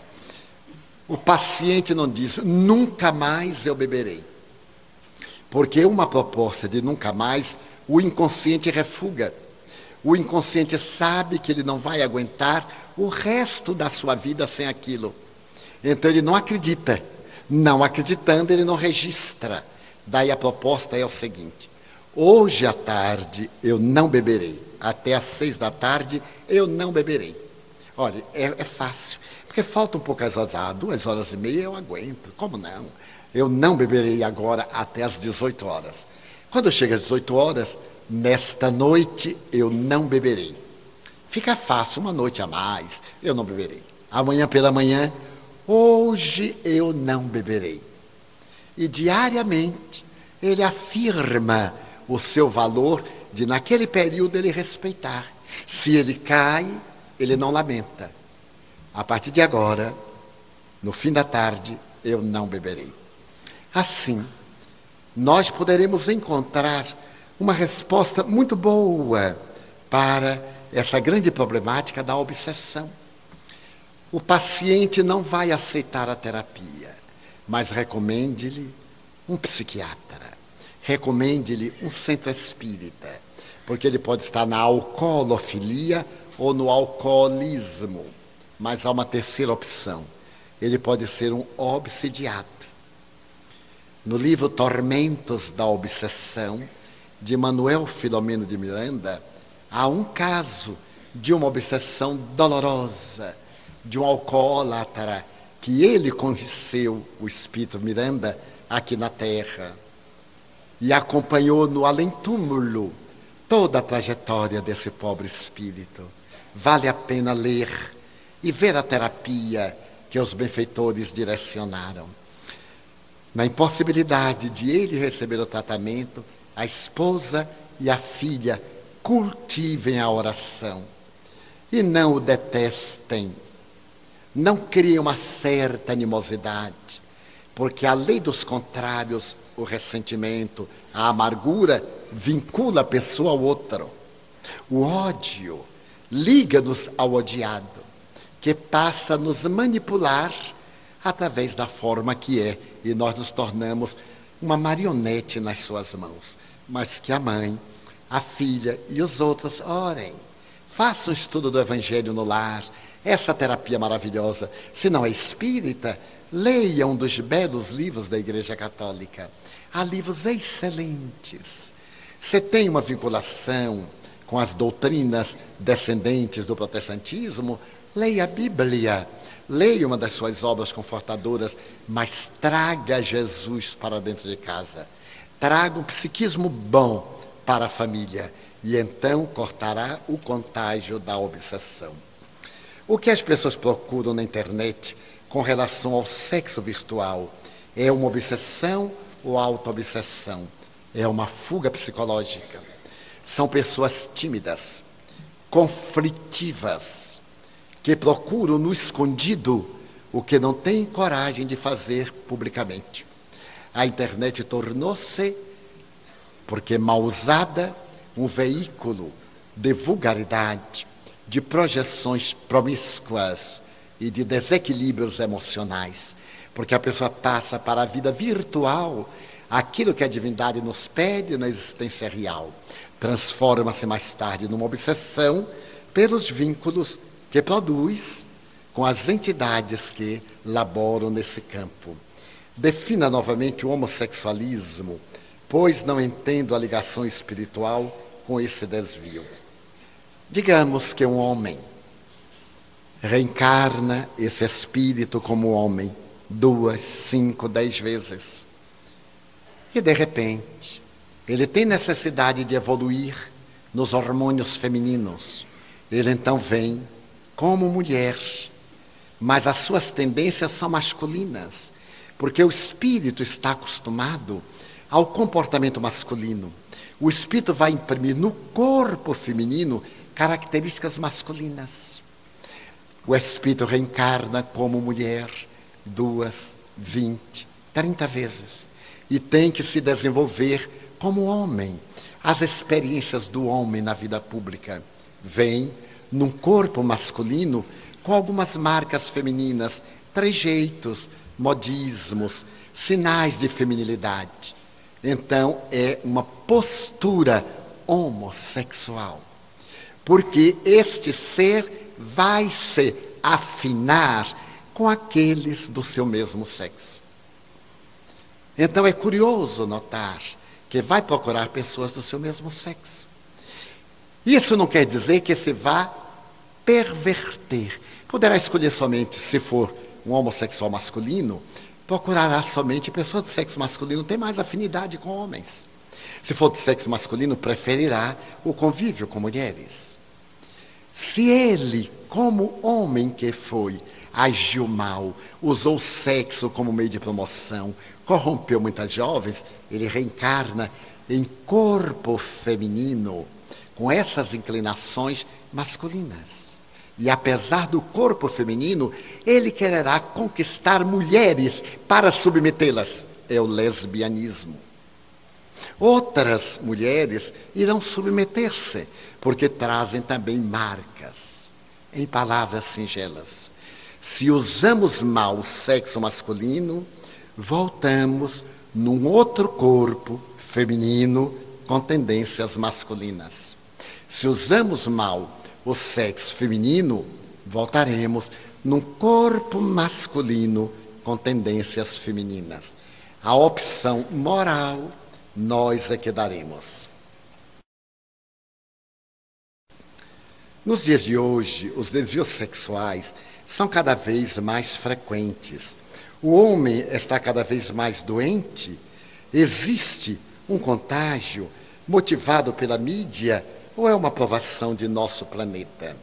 O paciente não diz, nunca mais eu beberei. Porque uma proposta de nunca mais, o inconsciente refuga. O inconsciente sabe que ele não vai aguentar o resto da sua vida sem aquilo. Então ele não acredita. Não acreditando, ele não registra. Daí a proposta é o seguinte: hoje à tarde eu não beberei. Até às seis da tarde eu não beberei. Olha, é, é fácil. Porque faltam poucas horas. Ah, duas horas e meia eu aguento. Como não? Eu não beberei agora até às dezoito horas. Quando chega às dezoito horas, nesta noite eu não beberei. Fica fácil, uma noite a mais, eu não beberei. Amanhã pela manhã, hoje eu não beberei. E diariamente ele afirma o seu valor de naquele período ele respeitar. Se ele cai, ele não lamenta. A partir de agora, no fim da tarde, eu não beberei. Assim, nós poderemos encontrar uma resposta muito boa para essa grande problemática da obsessão. O paciente não vai aceitar a terapia, mas recomende-lhe um psiquiatra, recomende-lhe um centro espírita, porque ele pode estar na alcoolofilia ou no alcoolismo, mas há uma terceira opção, ele pode ser um obsidiado. No livro Tormentos da Obsessão, de Manuel Filomeno de Miranda, há um caso de uma obsessão dolorosa, de um alcoólatra, que ele conheceu, o espírito Miranda, aqui na Terra, e acompanhou no além-túmulo toda a trajetória desse pobre espírito. Vale a pena ler e ver a terapia que os benfeitores direcionaram. Na impossibilidade de ele receber o tratamento, a esposa e a filha cultivem a oração e não o detestem. Não criem uma certa animosidade, porque a lei dos contrários, o ressentimento, a amargura, vincula a pessoa ao outro. O ódio liga-nos ao odiado, que passa a nos manipular através da forma que é, e nós nos tornamos uma marionete nas suas mãos. Mas que a mãe, a filha e os outros orem, façam um estudo do Evangelho no lar, essa terapia maravilhosa. Se não é espírita, leia um dos belos livros da Igreja Católica. Há livros excelentes. Você tem uma vinculação com as doutrinas descendentes do protestantismo, leia a Bíblia, leia uma das suas obras confortadoras, mas traga Jesus para dentro de casa. Traga um psiquismo bom para a família, e então cortará o contágio da obsessão. O que as pessoas procuram na internet com relação ao sexo virtual é uma obsessão ou auto-obsessão? É uma fuga psicológica. São pessoas tímidas, conflitivas, que procuram no escondido o que não têm coragem de fazer publicamente. A internet tornou-se, porque mal usada, um veículo de vulgaridade, de projeções promíscuas e de desequilíbrios emocionais, porque a pessoa passa para a vida virtual aquilo que a divindade nos pede na existência real. Transforma-se mais tarde numa obsessão pelos vínculos que produz com as entidades que laboram nesse campo. Defina novamente o homossexualismo, pois não entendo a ligação espiritual com esse desvio. Digamos que um homem reencarna esse espírito como homem duas, cinco, dez vezes. E de repente, ele tem necessidade de evoluir nos hormônios femininos. Ele então vem como mulher, mas as suas tendências são masculinas, porque o espírito está acostumado ao comportamento masculino. O espírito vai imprimir no corpo feminino características masculinas. O espírito reencarna como mulher duas, vinte, trinta vezes e tem que se desenvolver como homem. As experiências do homem na vida pública vêm num corpo masculino com algumas marcas femininas, trejeitos, modismos, sinais de feminilidade. Então é uma postura homossexual, porque este ser vai se afinar com aqueles do seu mesmo sexo. Então é curioso notar que vai procurar pessoas do seu mesmo sexo. Isso não quer dizer que se vá perverter. Poderá escolher somente, se for um homossexual masculino, procurará somente pessoas do sexo masculino, tem mais afinidade com homens. Se for do sexo masculino, preferirá o convívio com mulheres. Se ele, como homem que foi, agiu mal, usou o sexo como meio de promoção, corrompeu muitas jovens, ele reencarna em corpo feminino, com essas inclinações masculinas. E apesar do corpo feminino, ele quererá conquistar mulheres para submetê-las. É o lesbianismo. Outras mulheres irão submeter-se, porque trazem também marcas. Em palavras singelas, se usamos mal o sexo masculino, voltamos num outro corpo feminino com tendências masculinas. Se usamos mal o sexo feminino, voltaremos num corpo masculino com tendências femininas. A opção moral nós é que daremos. Nos dias de hoje, os desvios sexuais são cada vez mais frequentes. O homem está cada vez mais doente. Existe um contágio motivado pela mídia ou é uma aprovação de nosso planeta?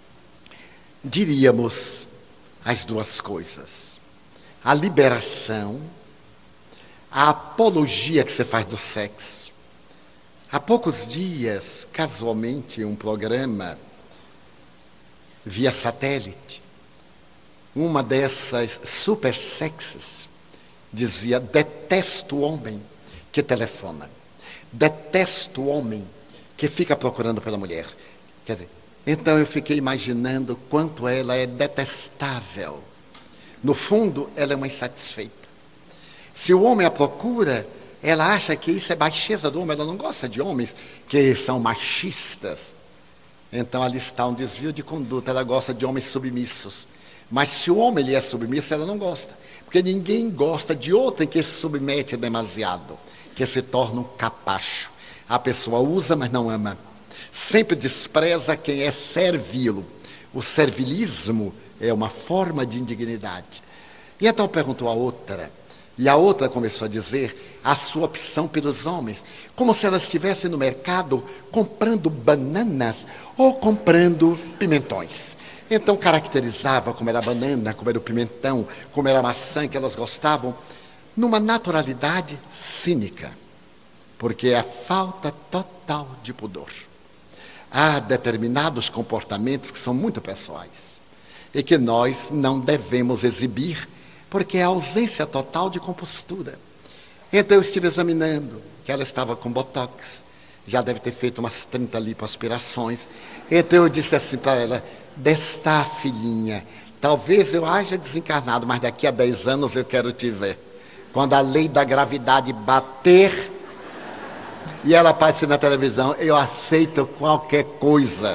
Diríamos as duas coisas. A liberação, a apologia que se faz do sexo. Há poucos dias, casualmente, um programa via satélite, uma dessas super sexys dizia: detesto o homem que telefona, detesto o homem que fica procurando pela mulher. Quer dizer, então eu fiquei imaginando quanto ela é detestável. No fundo, ela é uma insatisfeita. Se o homem a procura, ela acha que isso é baixeza do homem, ela não gosta de homens que são machistas. Então ali está um desvio de conduta, ela gosta de homens submissos. Mas se o homem lhe é submisso, ela não gosta. Porque ninguém gosta de outro que se submete demasiado, que se torna um capacho. A pessoa usa, mas não ama. Sempre despreza quem é servil. O servilismo é uma forma de indignidade. E então perguntou a outra, e a outra começou a dizer a sua opção pelos homens, como se ela estivesse no mercado comprando bananas ou comprando pimentões. Então caracterizava como era a banana, como era o pimentão, como era a maçã que elas gostavam, numa naturalidade cínica, porque é a falta total de pudor. Há determinados comportamentos que são muito pessoais e que nós não devemos exibir, porque é a ausência total de compostura. Então eu estive examinando que ela estava com botox, já deve ter feito umas trinta lipoaspirações. Então eu disse assim para ela: desta filhinha, talvez eu haja desencarnado, mas daqui a dez anos eu quero te ver. Quando a lei da gravidade bater e ela aparecer na televisão, eu aceito qualquer coisa.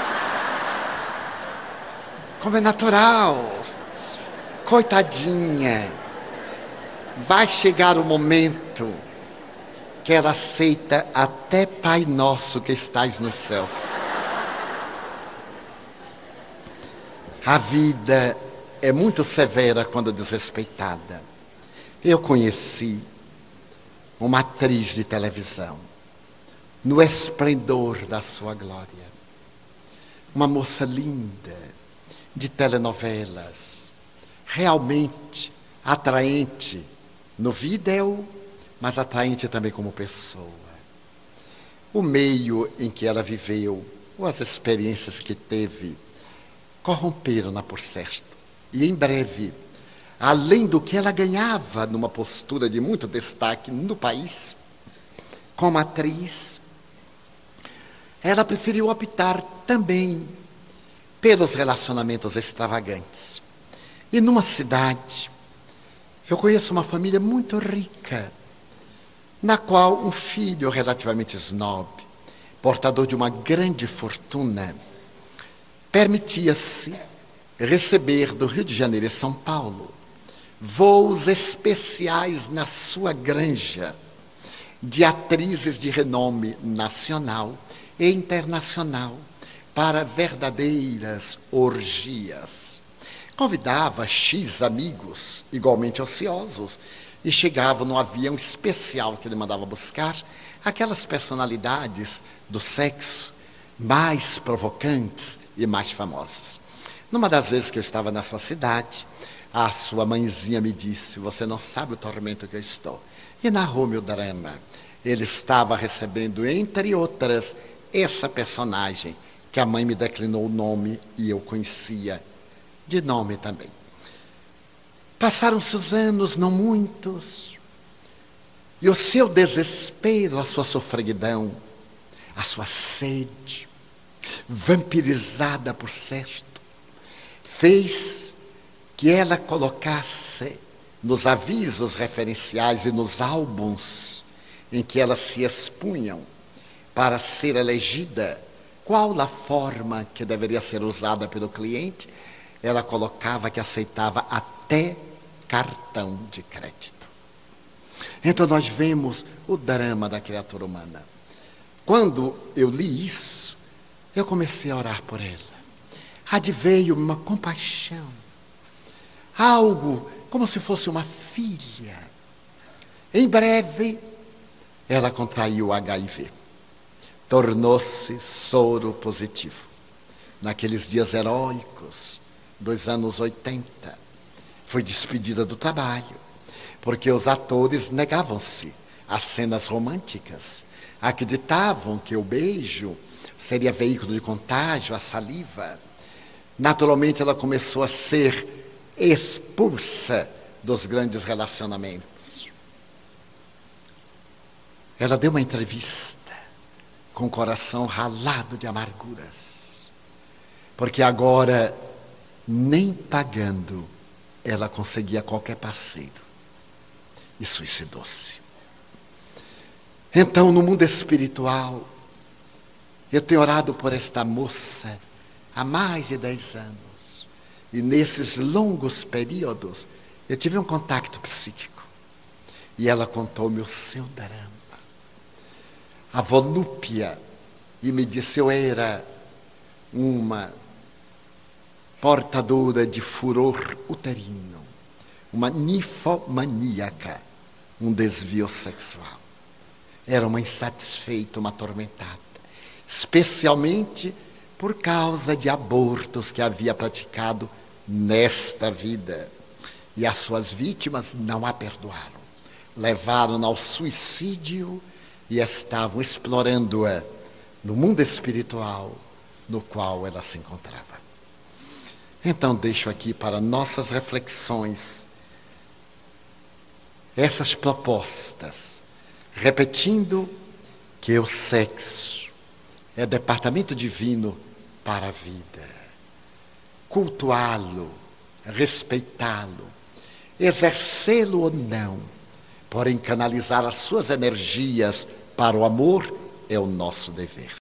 Como é natural. Coitadinha. Vai chegar o momento que ela aceita até Pai Nosso que estás nos céus. A vida é muito severa quando desrespeitada. Eu conheci uma atriz de televisão, no esplendor da sua glória. Uma moça linda, de telenovelas, realmente atraente no vídeo, mas atraente também como pessoa. O meio em que ela viveu, ou as experiências que teve, corromperam-na por certo. E em breve, além do que ela ganhava numa postura de muito destaque no país, como atriz, ela preferiu optar também pelos relacionamentos extravagantes. E numa cidade, eu conheço uma família muito rica, na qual um filho relativamente snob, portador de uma grande fortuna, permitia-se receber do Rio de Janeiro e São Paulo voos especiais na sua granja de atrizes de renome nacional e internacional para verdadeiras orgias. Convidava X amigos, igualmente ociosos, e chegava no avião especial que ele mandava buscar aquelas personalidades do sexo mais provocantes e mais famosas. Numa das vezes que eu estava na sua cidade, a sua mãezinha me disse: você não sabe o tormento que eu estou. E narrou-me o drama. Ele estava recebendo, entre outras, essa personagem, que a mãe me declinou o nome e eu conhecia de nome também. Passaram-se os anos, não muitos, e o seu desespero, a sua sofreguidão, a sua sede, vampirizada por certo, fez que ela colocasse nos avisos referenciais e nos álbuns em que elas se expunham para ser elegida qual a forma que deveria ser usada pelo cliente, ela colocava que aceitava até cartão de crédito. Então nós vemos o drama da criatura humana. Quando eu li isso, eu comecei a orar por ela. Adveio uma compaixão, algo como se fosse uma filha. Em breve, ela contraiu o H I V. tornou-se soro positivo. Naqueles dias heróicos dos anos oitenta, foi despedida do trabalho, porque os atores negavam-se às cenas românticas, acreditavam que o beijo seria veículo de contágio, a saliva. Naturalmente, ela começou a ser expulsa dos grandes relacionamentos. Ela deu uma entrevista com o coração ralado de amarguras, porque agora, nem pagando, ela conseguia qualquer parceiro, e suicidou-se. Então, no mundo espiritual, eu tenho orado por esta moça há mais de dez anos, e nesses longos períodos, eu tive um contato psíquico, e ela contou-me o seu drama, a volúpia, e me disse: eu era uma portadora de furor uterino, uma ninfomaníaca, um desvio sexual. Era uma insatisfeita, uma atormentada, especialmente por causa de abortos que havia praticado nesta vida. E as suas vítimas não a perdoaram, levaram-na ao suicídio e estavam explorando-a no mundo espiritual no qual ela se encontrava. Então deixo aqui para nossas reflexões essas propostas, repetindo que o sexo é departamento divino para a vida. Cultuá-lo, respeitá-lo, exercê-lo ou não, porém canalizar as suas energias para o amor é o nosso dever.